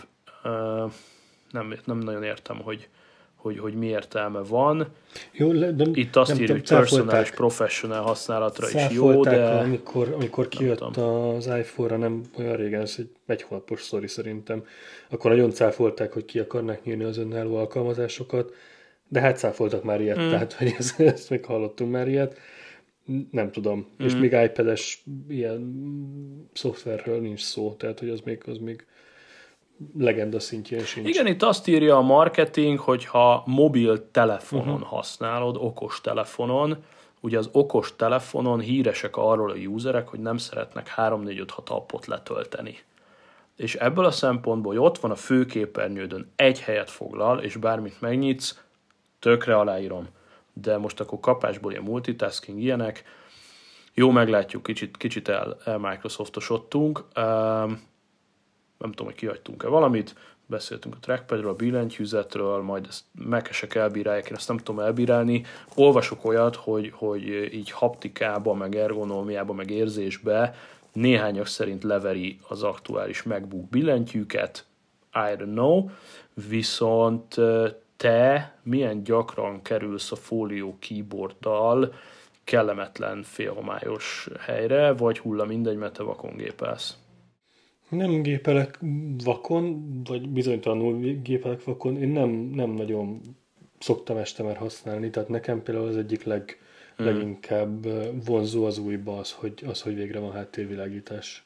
nem, nem nagyon értem, hogy, hogy, hogy mi értelme van. Jó, de itt azt írja, hogy personal és professional használatra is jó, de... amikor, amikor kijött az iPhone-ra, nem olyan régen, ez egy egy hónapos sztori szerintem, akkor nagyon cáfolták, hogy ki akarnak nyírni az önálló alkalmazásokat, de hát cáfoltak már ilyet, mm. tehát hogy ezt, ezt még hallottunk már ilyet. Nem tudom. Mm. És még iPad-es ilyen szoftverről nincs szó, tehát hogy az még, az még legenda szintjén sincs. Igen, itt azt írja a marketing, hogy ha mobil telefonon uh-huh. használod, okos telefonon, ugye az okos telefonon híresek arról a userek, hogy nem szeretnek három négy öt hat appot letölteni. És ebből a szempontból, hogy ott van a főképernyődön, egy helyet foglal, és bármit megnyitsz, tökre aláírom. De most akkor kapásból ilyen multitasking, ilyenek. Jó, meglátjuk, kicsit, kicsit el, el Microsoftosodtunk. Um, nem tudom, hogy kihagytunk-e valamit, beszéltünk a trackpadről, a billentyűzetről, majd ezt Mac-esek elbírálják, én ezt nem tudom elbírálni. Olvasok olyat, hogy, hogy így haptikába, meg ergonómiába, meg érzésbe néhányak szerint leveri az aktuális MacBook billentyűket, I don't know, viszont te milyen gyakran kerülsz a Folio keyboarddal kellemetlen félhomályos helyre, vagy hulla mindegy, mert te vakon gépelsz? Nem gépelek vakon, vagy bizonytalanul gépelek vakon. Én nem, nem nagyon szoktam este már használni, tehát nekem például az egyik leg, hmm. leginkább vonzó az újba az, hogy, az, hogy végre van háttérvilágítás.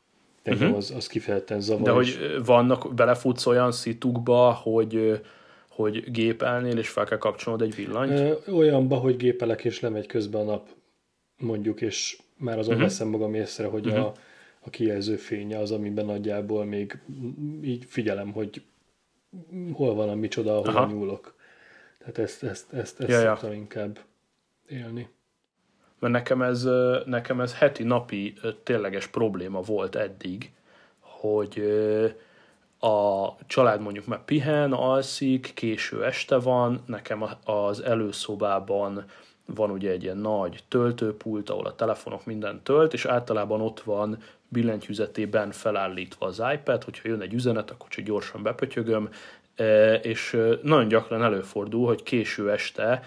Engem uh-huh. az, az kifejezetten zavar. De hogy vannak, belefutsz olyan szitukba, hogy, hogy gépelnél, és fel kell kapcsolnod egy villanyt? Ö, olyanba, hogy gépelek, és lemegy közben a nap, mondjuk, és már azon uh-huh. veszem magam észre, hogy uh-huh. a, a kijelző fénye az, amiben nagyjából még így figyelem, hogy hol van a micsoda, ahol Aha. nyúlok. Tehát ezt, ezt, ezt, ezt ja, szoktam ja. inkább élni. Mert nekem ez, nekem ez heti, napi tényleges probléma volt eddig, hogy a család mondjuk már pihen, alszik, késő este van, nekem az előszobában van ugye egy ilyen nagy töltőpult, ahol a telefonok minden tölt, és általában ott van billentyűzetében felállítva az iPad, hogyha jön egy üzenet, akkor csak gyorsan bepötyögöm, és nagyon gyakran előfordul, hogy késő este,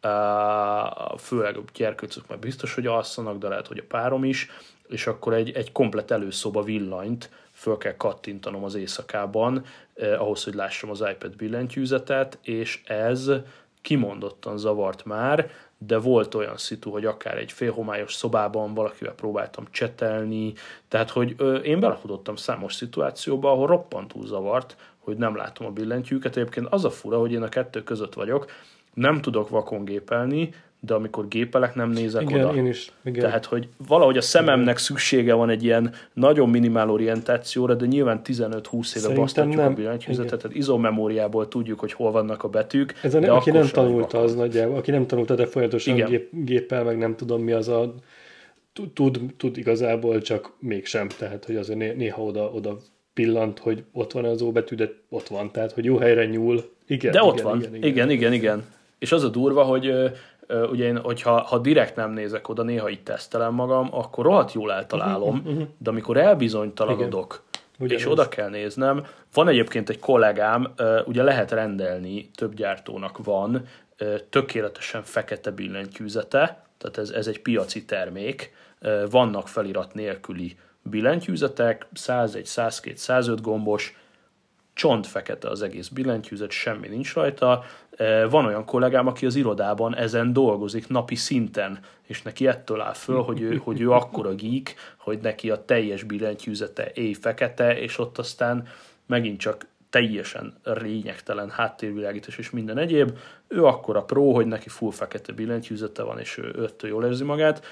főleg a gyerkőcök már biztos, hogy alszanak, de lehet, hogy a párom is, és akkor egy, egy komplet előszoba villanyt föl kell kattintanom az éjszakában, eh, ahhoz, hogy lássam az iPad billentyűzetet, és ez kimondottan zavart már, de volt olyan szitu, hogy akár egy félhomályos szobában valakivel próbáltam csetelni, tehát hogy ö, én belefutottam számos szituációba, ahol roppantúl zavart, hogy nem látom a billentyűket. Egyébként az a fura, hogy én a kettő között vagyok, nem tudok vakon gépelni, de amikor gépelek, nem nézek igen, oda. Én is, igen. Tehát, hogy valahogy a szememnek szüksége van egy ilyen nagyon minimál orientációra, de nyilván tizenöt-húsz éve basztatjuk a billentyűzetet, tehát izommemóriából tudjuk, hogy hol vannak a betűk. Ez a, de aki nem tanulta, az nagyjából, aki nem tanulta, de folyamatosan gép, gépel, meg nem tudom mi az a... Tud, tud igazából, csak mégsem. Tehát, hogy azért néha oda, oda pillant, hogy ott van az óbetű, de ott van. Tehát, hogy jó helyre nyúl. Igen, de ott igen, van. Igen, igen, igen, igen, igen. És az a durva, hogy ugye én, hogyha ha direkt nem nézek oda, néha így tesztelem magam, akkor rohadt jól eltalálom, uh-huh, uh-huh. de amikor elbizonytalanodok, igen. és oda kell néznem, van egyébként egy kollégám, ugye lehet rendelni, több gyártónak van tökéletesen fekete billentyűzete, tehát ez, ez egy piaci termék, vannak felirat nélküli billentyűzetek, százegy, százkettő, százöt gombos, csontfekete az egész billentyűzet, semmi nincs rajta. Van olyan kollégám, aki az irodában ezen dolgozik napi szinten, és neki ettől áll föl, hogy ő, hogy ő akkora geek, hogy neki a teljes billentyűzete éj fekete, és ott aztán megint csak teljesen lényegtelen háttérvilágítás és minden egyéb. Ő akkora pro, hogy neki full fekete billentyűzete van, és ő öttől jól érzi magát,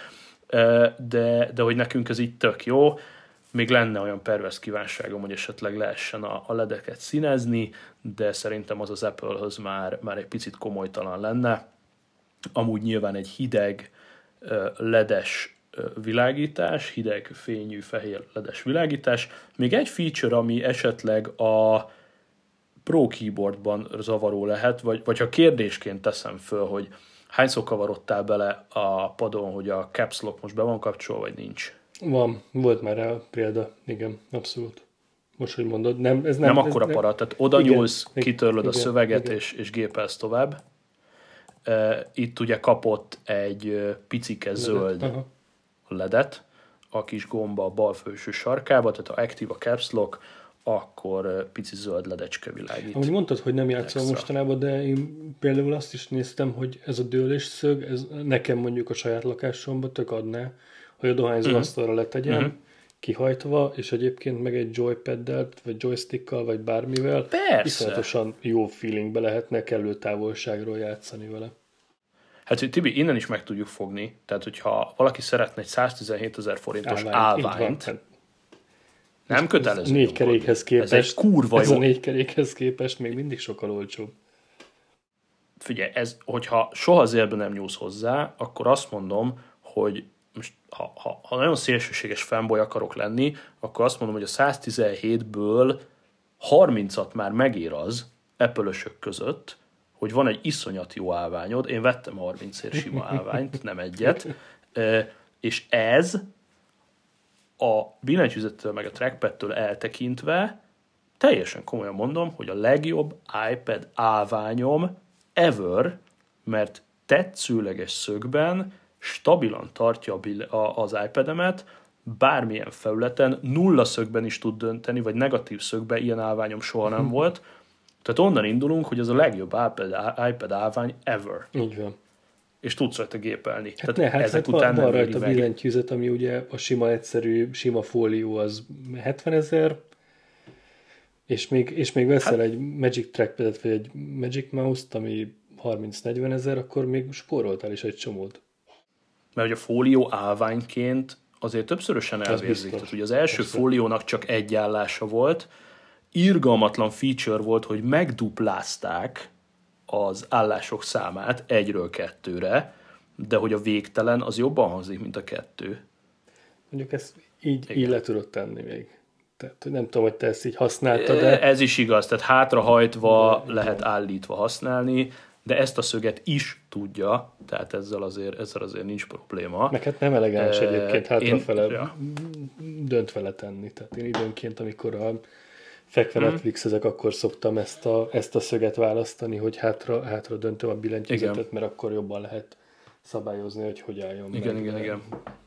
de, de hogy nekünk ez így tök jó. Még lenne olyan pervers kívánságom, hogy esetleg lehessen a, a ledeket színezni, de szerintem az az Apple-höz már, már egy picit komolytalan lenne. Amúgy nyilván egy hideg ledes világítás, hideg fényű fehér ledes világítás. Még egy feature, ami esetleg a Pro Keyboardban zavaró lehet, vagy, vagy ha kérdésként teszem föl, hogy hányszor kavarodtál bele a padon, hogy a Caps Lock most be van kapcsolva, vagy nincs? Van, volt már rá példa, igen, abszolút. Most, hogy mondod, nem, ez nem... Nem akkora ez para, tehát oda igen, nyúlsz, kitörlöd igen, a szöveget, igen. És, és gépelsz tovább. Itt ugye kapott egy picike zöld ledet, ledet a kis gomba a bal felső sarkába, tehát ha aktív a Caps Lock, akkor pici zöld ledecske világít. Ahogy mondtad, hogy nem játszol mostanában, de én például azt is néztem, hogy ez a dőlésszög, ez nekem mondjuk a saját lakásomban tök adná, hogy a dohányzó uh-huh. asztalra letegyem, uh-huh. kihajtva, és egyébként meg egy joypaddel, vagy joystickkal, vagy bármivel iszonyatosan jó feelingbe lehetne kellő távolságról játszani vele. Hát, hogy Tibi, innen is meg tudjuk fogni, tehát hogyha valaki szeretne egy száztizenhétezer forintos Állvány, állványt, nem kötelező. Négy kerékhez képest, ez egy kurva ez jó. a négy kerékhez képest még mindig sokkal olcsóbb. Figyelj, ez, hogyha soha az életben nem nyúlsz hozzá, akkor azt mondom, hogy most, ha, ha, ha nagyon szélsőséges fanboy akarok lenni, akkor azt mondom, hogy a száztizenhétből harmincat már megér az Apple-ösök között, hogy van egy iszonyat jó állványod, én vettem harmincért sima állványt, nem egyet, és ez a billentyűzettől meg a trackpadtől eltekintve teljesen komolyan mondom, hogy a legjobb iPad állványom ever, mert tetszőleges szögben stabilan tartja az iPad-emet, bármilyen felületen, nulla szögben is tud dönteni, vagy negatív szögben, ilyen állványom soha nem volt. Tehát onnan indulunk, hogy ez a legjobb iPad, iPad állvány ever. Így van. És tudsz rajta gépelni. Hát Tehát ne, hát, ezek hát után van, nem van rajta meg. billentyűzet, ami ugye a sima egyszerű, sima fólió az hetvenezer, És még, és még veszel hát, egy Magic Trackpadet, vagy egy Magic Mouse-t, ami harminc-negyven ezer, akkor még spóroltál is egy csomót. Mert hogy a fólió állványként azért többszörösen elvérzik. Tehát ugye az első persze. fóliónak csak egy állása volt, irgalmatlan feature volt, hogy megduplázták az állások számát egyről kettőre, de hogy a végtelen az jobban hangzik, mint a kettő. Mondjuk ezt így, így le tudod tenni még. Tehát nem tudom, hogy te ezt így használtad, de... Ez is igaz, tehát hátrahajtva de, lehet igen. állítva használni, de ezt a szöget is tudja, tehát ezzel azért, ezzel azért nincs probléma. Meg hát nem elegáns e, egyébként hátrafele én, ja. döntve letenni. Tehát én időnként, amikor a fekve hmm. Netflixezek, akkor szoktam ezt a, ezt a szöget választani, hogy hátra, hátra döntöm a billentyűzetet, mert akkor jobban lehet szabályozni, hogy hogy álljon igen, meg. Igen, igen,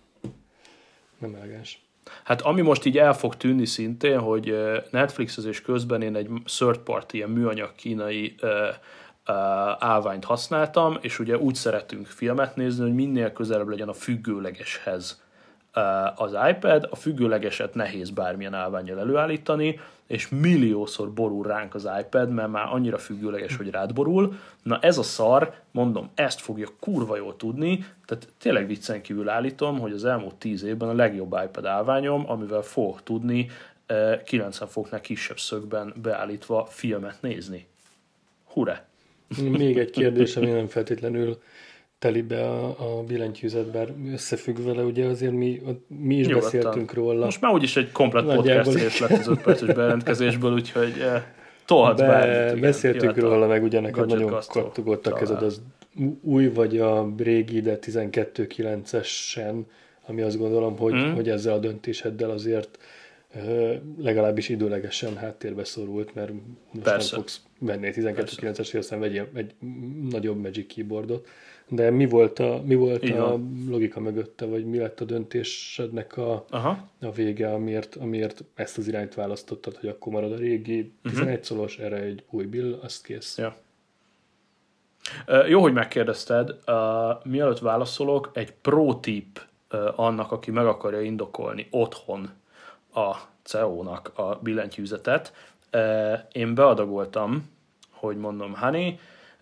nem elegáns. Hát ami most így el fog tűnni szintén, hogy Netflixezés közben én egy third party, ilyen műanyag kínai uh, uh, állványt használtam, és ugye úgy szeretünk filmet nézni, hogy minél közelebb legyen a függőlegeshez uh, az iPad. A függőlegeset nehéz bármilyen állvánnyal előállítani, és milliószor borul ránk az iPad, mert már annyira függőleges, hogy rád borul. Na ez a szar, mondom, ezt fogja kurva jól tudni, tehát tényleg viccen kívül állítom, hogy az elmúlt tíz évben a legjobb iPad állványom, amivel fogok tudni kilencven foknál kisebb szögben beállítva filmet nézni. Hurrá! Még egy kérdés, ami nem feltétlenül teli be a, a billentyűzet, bár összefügg vele, ugye azért mi, mi is Nyugodtan. beszéltünk róla. Most már úgyis egy komplet podcast rész lett az öt perces bejelentkezésből, úgyhogy eh, tolhatsz Be, bármit. Beszéltünk róla, meg ugye neked nagyon kattogott a kezed az új vagy a régi, de tizenkettő kilencesen, ami azt gondolom, hogy, mm. hogy ezzel a döntéseddel azért legalábbis időlegesen háttérbe szorult, mert most Persze. nem fogsz venni egy tizenkettő kilences, hogy aztán vegyél egy nagyobb Magic Keyboardot. De mi volt a, mi volt a logika mögötte, vagy mi lett a döntésednek a, a vége, amiért, amiért ezt az irányt választottad, hogy akkor marad a régi tizenegy szolos, erre egy új bill, azt kész. Ja. Uh, jó, hogy megkérdezted. Uh, mielőtt válaszolok, egy pro tip uh, annak, aki meg akarja indokolni otthon a cé e ó-nak a billentyűzetet. Uh, én beadagoltam, hogy mondom, honey,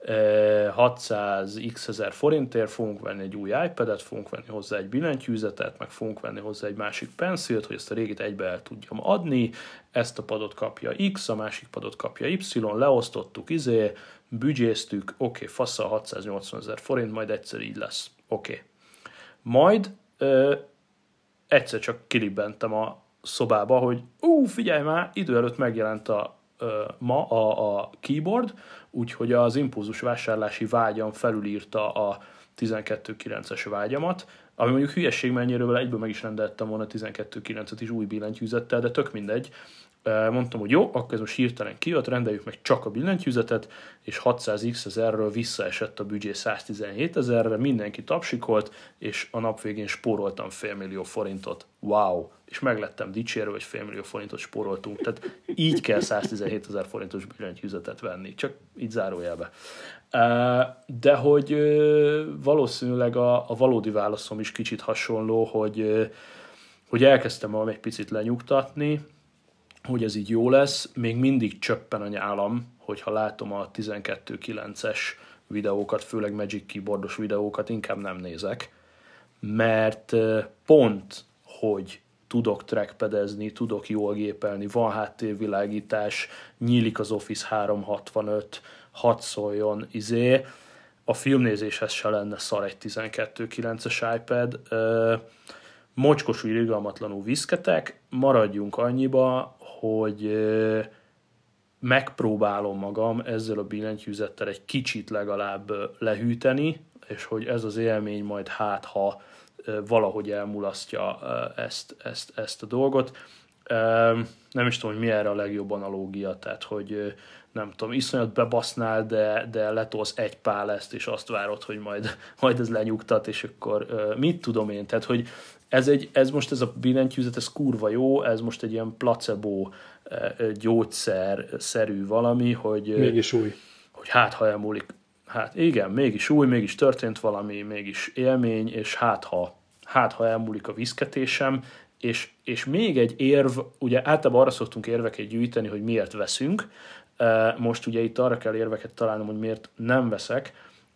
hatszáz x ezer forintért fogunk venni egy új iPadet, fogunk venni hozzá egy billentyűzetet, meg fogunk venni hozzá egy másik pencilt, hogy ezt a régit egybe el tudjam adni, ezt a padot kapja X, a másik padot kapja Y, leosztottuk, izé, büdzséztük, oké, okay, faszal hatszáznyolcvan ezer forint, majd egyszer így lesz, oké. Okay. Majd ö, egyszer csak kilibbentem a szobába, hogy ú, figyelj már, idő előtt megjelent a ma a, a keyboard, úgyhogy az impulzus vásárlási vágyam felülírta a tizenkettő kilences vágyamat, ami mondjuk hülyesség, mennyiről egyből meg is rendeltem volna a tizenkettő kilencet is új billentyűzettel, de tök mindegy. Mondtam, hogy jó, akkor ez most hirtelen kijött, rendeljük meg csak a billentyűzetet, és hatszáz x ezerről visszaesett a büdzsé száztizenhét ezerre, mindenki tapsikolt, és a nap végén spóroltam félmillió forintot. Wow! És meglettem dicsérve, hogy félmillió forintot spóroltunk. Tehát így kell száztizenhét ezer forintos billentyűzetet venni. Csak így zárójelbe. De hogy valószínűleg a, a valódi válaszom is kicsit hasonló, hogy, hogy elkezdtem magam egy picit lenyugtatni, hogy ez így jó lesz. Még mindig csöppen a nyálam, hogyha látom a tizenkettő kilences videókat, főleg Magic Keyboardos videókat, inkább nem nézek. Mert pont, hogy tudok trackpadezni, tudok jól gépelni, van háttérvilágítás, nyílik az Office háromszázhatvanöt, hadd szóljon, izé. A filmnézéshez se lenne szar egy tizenkettő kilences iPad. Mocskosú, irgalmatlanul viszketek, maradjunk annyiba, hogy megpróbálom magam ezzel a billentyűzettel egy kicsit legalább lehűteni, és hogy ez az élmény majd hát, ha valahogy elmulasztja ezt, ezt, ezt a dolgot. Nem is tudom, hogy mi erre a legjobb analógia, tehát hogy nem tudom, iszonyat bebasznál, de, de letolsz egy pál ezt, és azt várod, hogy majd, majd ez lenyugtat, és akkor mit tudom én, tehát hogy ez, egy, ez most ez a billentyűzet, ez kurva jó, ez most egy ilyen placebo gyógyszer-szerű valami, hogy... Mégis új. Hogy hát, ha elmúlik. Hát igen, mégis új, mégis történt valami, mégis élmény, és hát ha, hát ha elmúlik a viszketésem, és, és még egy érv, ugye általában arra szoktunk érveket gyűjteni, hogy miért veszünk, most ugye itt arra kell érveket találnom, hogy miért nem veszek.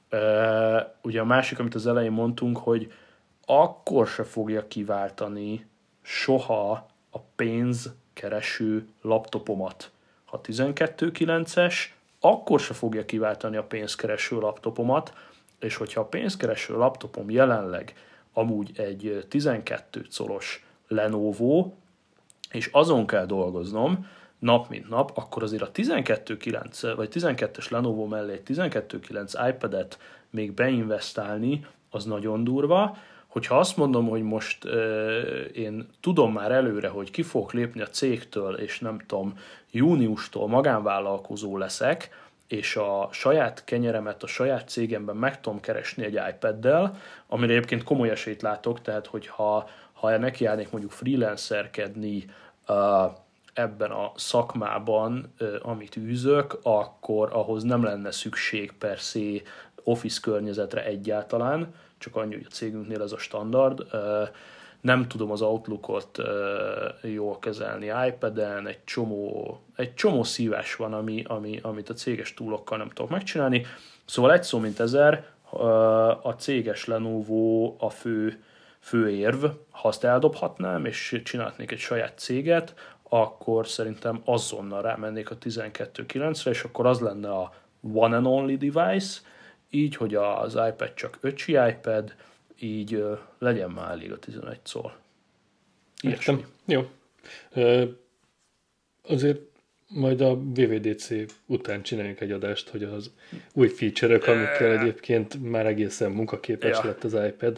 Ugye a másik, amit az elején mondtunk, hogy akkor se fogja kiváltani soha a pénzkereső laptopomat. Ha tizenkettő kilences, akkor se fogja kiváltani a pénzkereső laptopomat, és hogyha a pénzkereső laptopom jelenleg amúgy egy tizenkettő colos Lenovo, és azon kell dolgoznom nap mint nap, akkor azért a tizenkettő kilenc vagy tizenkettes Lenovo mellé egy tizenkettő kilenc iPad-et még beinvestálni, az nagyon durva. Hogyha azt mondom, hogy most euh, én tudom már előre, hogy ki fogok lépni a cégtől, és nem tudom, júniustól magánvállalkozó leszek, és a saját kenyeremet a saját cégemben meg tudom keresni egy iPaddel, amire egyébként komoly esélyt látok, tehát hogyha ha nekiállnék mondjuk freelancerkedni uh, ebben a szakmában, uh, amit űzök, akkor ahhoz nem lenne szükség per se office környezetre egyáltalán, csak annyi, hogy a cégünknél ez a standard. Uh, nem tudom az Outlookot uh, jól kezelni iPad-en, egy csomó, egy csomó szívás van, ami, ami, amit a céges túlokkal nem tudok megcsinálni. Szóval egy szó mint ezer, uh, a céges Lenovo a fő, fő érv. Ha azt eldobhatnám, és csinálnék egy saját céget, akkor szerintem azonnal rámennék a tizenkettő kilencre, és akkor az lenne a one and only device, így, hogy az iPad csak öcsi iPad, így uh, legyen már elég a tizenegy szól. Értem. Jó. Ö, azért majd a vé vé dé cé után csináljunk egy adást, hogy az új feature-ök, amikkel egyébként már egészen munkaképes ja. lett az iPad,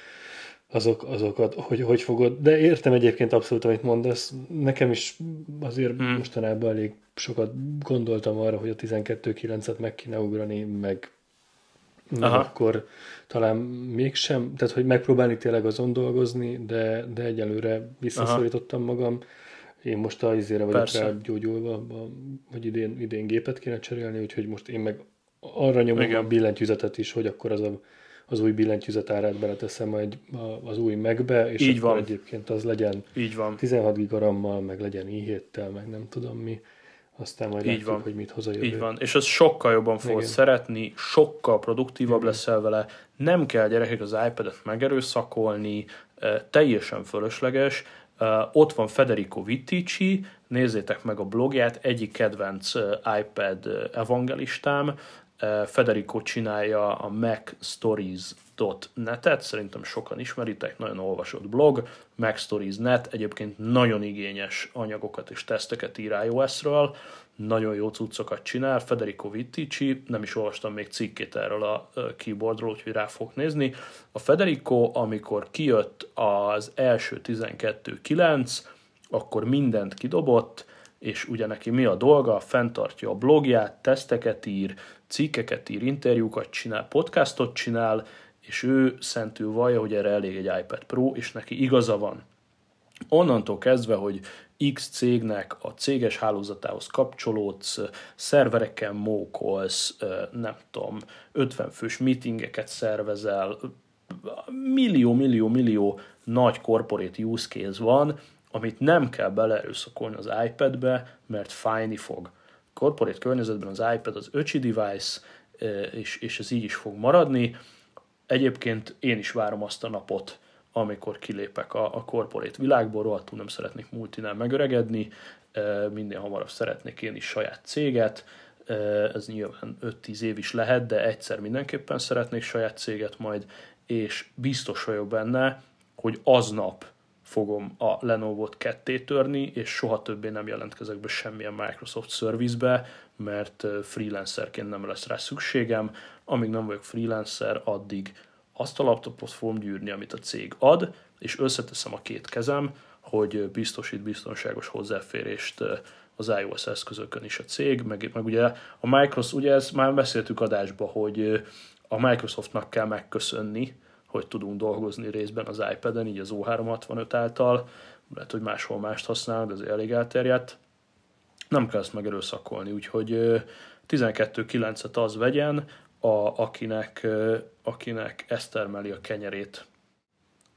azok, azokat, hogy, hogy fogod. De értem egyébként abszolút, amit mondasz. Nekem is azért hmm. mostanában elég sokat gondoltam arra, hogy a tizenkettő kilencet meg kéne ugrani, meg Aha. akkor talán mégsem, tehát hogy megpróbálni tényleg azon dolgozni, de, de egyelőre visszaszorítottam Aha. magam. Én most a izére vagyok rá gyógyulva, hogy idén, idén gépet kéne cserélni, úgyhogy most én meg arra nyomom Igen. a billentyűzetet is, hogy akkor az, a, az új billentyűzet árát beleteszem majd az új Macbe, és Így akkor van. egyébként az legyen Így van. tizenhat gigarammal, meg legyen i héttel, meg nem tudom mi. Aztán majd látjuk, van. hogy mit hoz a jövő. Így van, és az sokkal jobban fogod szeretni, sokkal produktívabb Igen. leszel vele, nem kell gyerekek az iPad-et megerőszakolni, teljesen fölösleges. Ott van Federico Vittici, nézzétek meg a blogját, egyik kedvenc iPad evangelistám. Federico csinálja a mac stories dot net-et, szerintem sokan ismeritek, nagyon olvasott blog, mac stories dot net, egyébként nagyon igényes anyagokat és teszteket ír iOS-ről, nagyon jó cuccokat csinál, Federico Vittici, nem is olvastam még cikkét erről a keyboardról, úgyhogy rá fogok nézni. A Federico, amikor kijött az első tizenkettő kilenc, akkor mindent kidobott, és ugye neki mi a dolga? Fenntartja a blogját, teszteket ír, cikkeket ír, interjúkat csinál, podcastot csinál, és ő szentül vallja, hogy erre elég egy iPad Pro, és neki igaza van. Onnantól kezdve, hogy X cégnek a céges hálózatához kapcsolódsz, szervereken mókolsz, nem tudom, ötven fős meetingeket szervezel, millió, millió, millió nagy corporate use case van, amit nem kell beleerőszakolni az iPadbe, mert fájni fog. Corporate környezetben az iPad az öcsi device, és, és ez így is fog maradni. Egyébként én is várom azt a napot, amikor kilépek a, a corporate világból, rohadtul nem szeretnék multinál megöregedni, minél hamarabb szeretnék én is saját céget, ez nyilván öt-tíz év is lehet, de egyszer mindenképpen szeretnék saját céget majd, és biztos vagyok benne, hogy aznap fogom a Lenovo-t ketté törni, és soha többé nem jelentkezek be semmilyen Microsoft service-be, mert freelancerként nem lesz rá szükségem. Amíg nem vagyok freelancer, addig azt a laptopot fogom gyűrni, amit a cég ad, és összeteszem a két kezem, hogy biztosít biztonságos hozzáférést az iOS eszközökön is a cég, meg, meg ugye a Microsoft, ugye ezt már beszéltük adásba, hogy a Microsoftnak kell megköszönni, hogy tudunk dolgozni részben az iPad-en, így az O háromszázhatvanöt által, lehet, hogy máshol mást használnak, de azért elég elterjedt. Nem kell ezt megerőszakolni, úgyhogy tizenkettő kilencet az vegyen, a, akinek, akinek ezt termeli a kenyerét.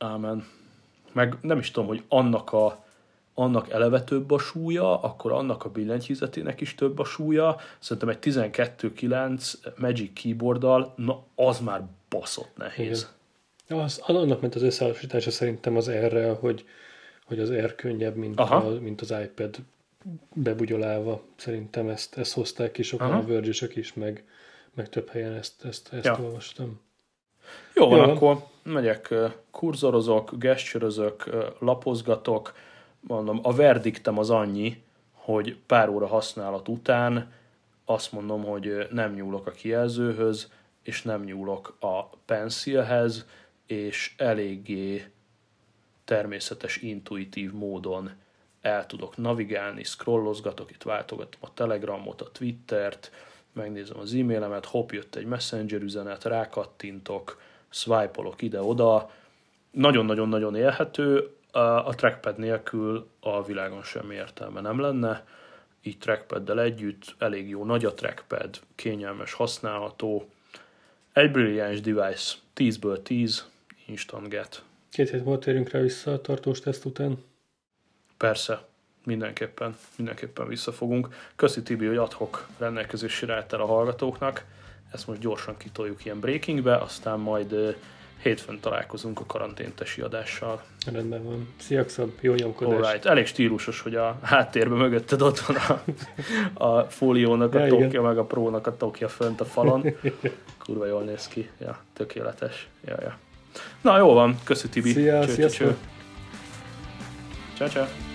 Ámen. Meg nem is tudom, hogy annak a annak eleve több a súlya, akkor annak a billentyűzetének is több a súlya. Szerintem egy tizenkettő kilenc Magic Keyboarddal, na az már baszott nehéz. Az, annak ment az összehasonlítása szerintem az R-rel, hogy, hogy az R könnyebb, mint, a, mint az iPad bebugyolálva. Szerintem ezt, ezt hozták ki sokan, Aha. a Verge-ök is, meg, meg több helyen ezt, ezt, ezt ja. olvastam. Jó van, Jó. akkor megyek, kurzorozok, gesture-özök, lapozgatok. Mondom, a verdiktem az annyi, hogy pár óra használat után azt mondom, hogy nem nyúlok a kijelzőhöz, és nem nyúlok a pencilhez, és eléggé természetes, intuitív módon el tudok navigálni, scrollozgatok, itt váltogatom a Telegramot, a Twittert, megnézem az e-mailemet, hopp, jött egy Messenger üzenet, rákattintok, swipe-olok ide-oda. Nagyon-nagyon-nagyon élhető, a trackpad nélkül a világon semmi értelme nem lenne, így trackpaddel együtt elég jó nagy a trackpad, kényelmes, használható, egy brilliáns device, tízből tíz, instant get. Két hét múlva térjünk rá vissza a tartós teszt után. Persze, mindenképpen, mindenképpen visszafogunk. Köszi Tibi, hogy ad-hoc rendelkezésre álltál a hallgatóknak, ezt most gyorsan kitoljuk ilyen breakingbe, aztán majd hétfőn találkozunk a karanténtesi adással. Rendben van. Sziasztok, jó nyomkodást. Alright. Elég stílusos, hogy a háttérben mögötted ott van a, a fóliónak a ja, tokja, igen. meg a prónak a tokja fönt a falon. Kurva jól néz ki. Ja, tökéletes. Ja, ja. Na, jó van. Köszi Tibi. Szia, sziasztok. Csá, csá.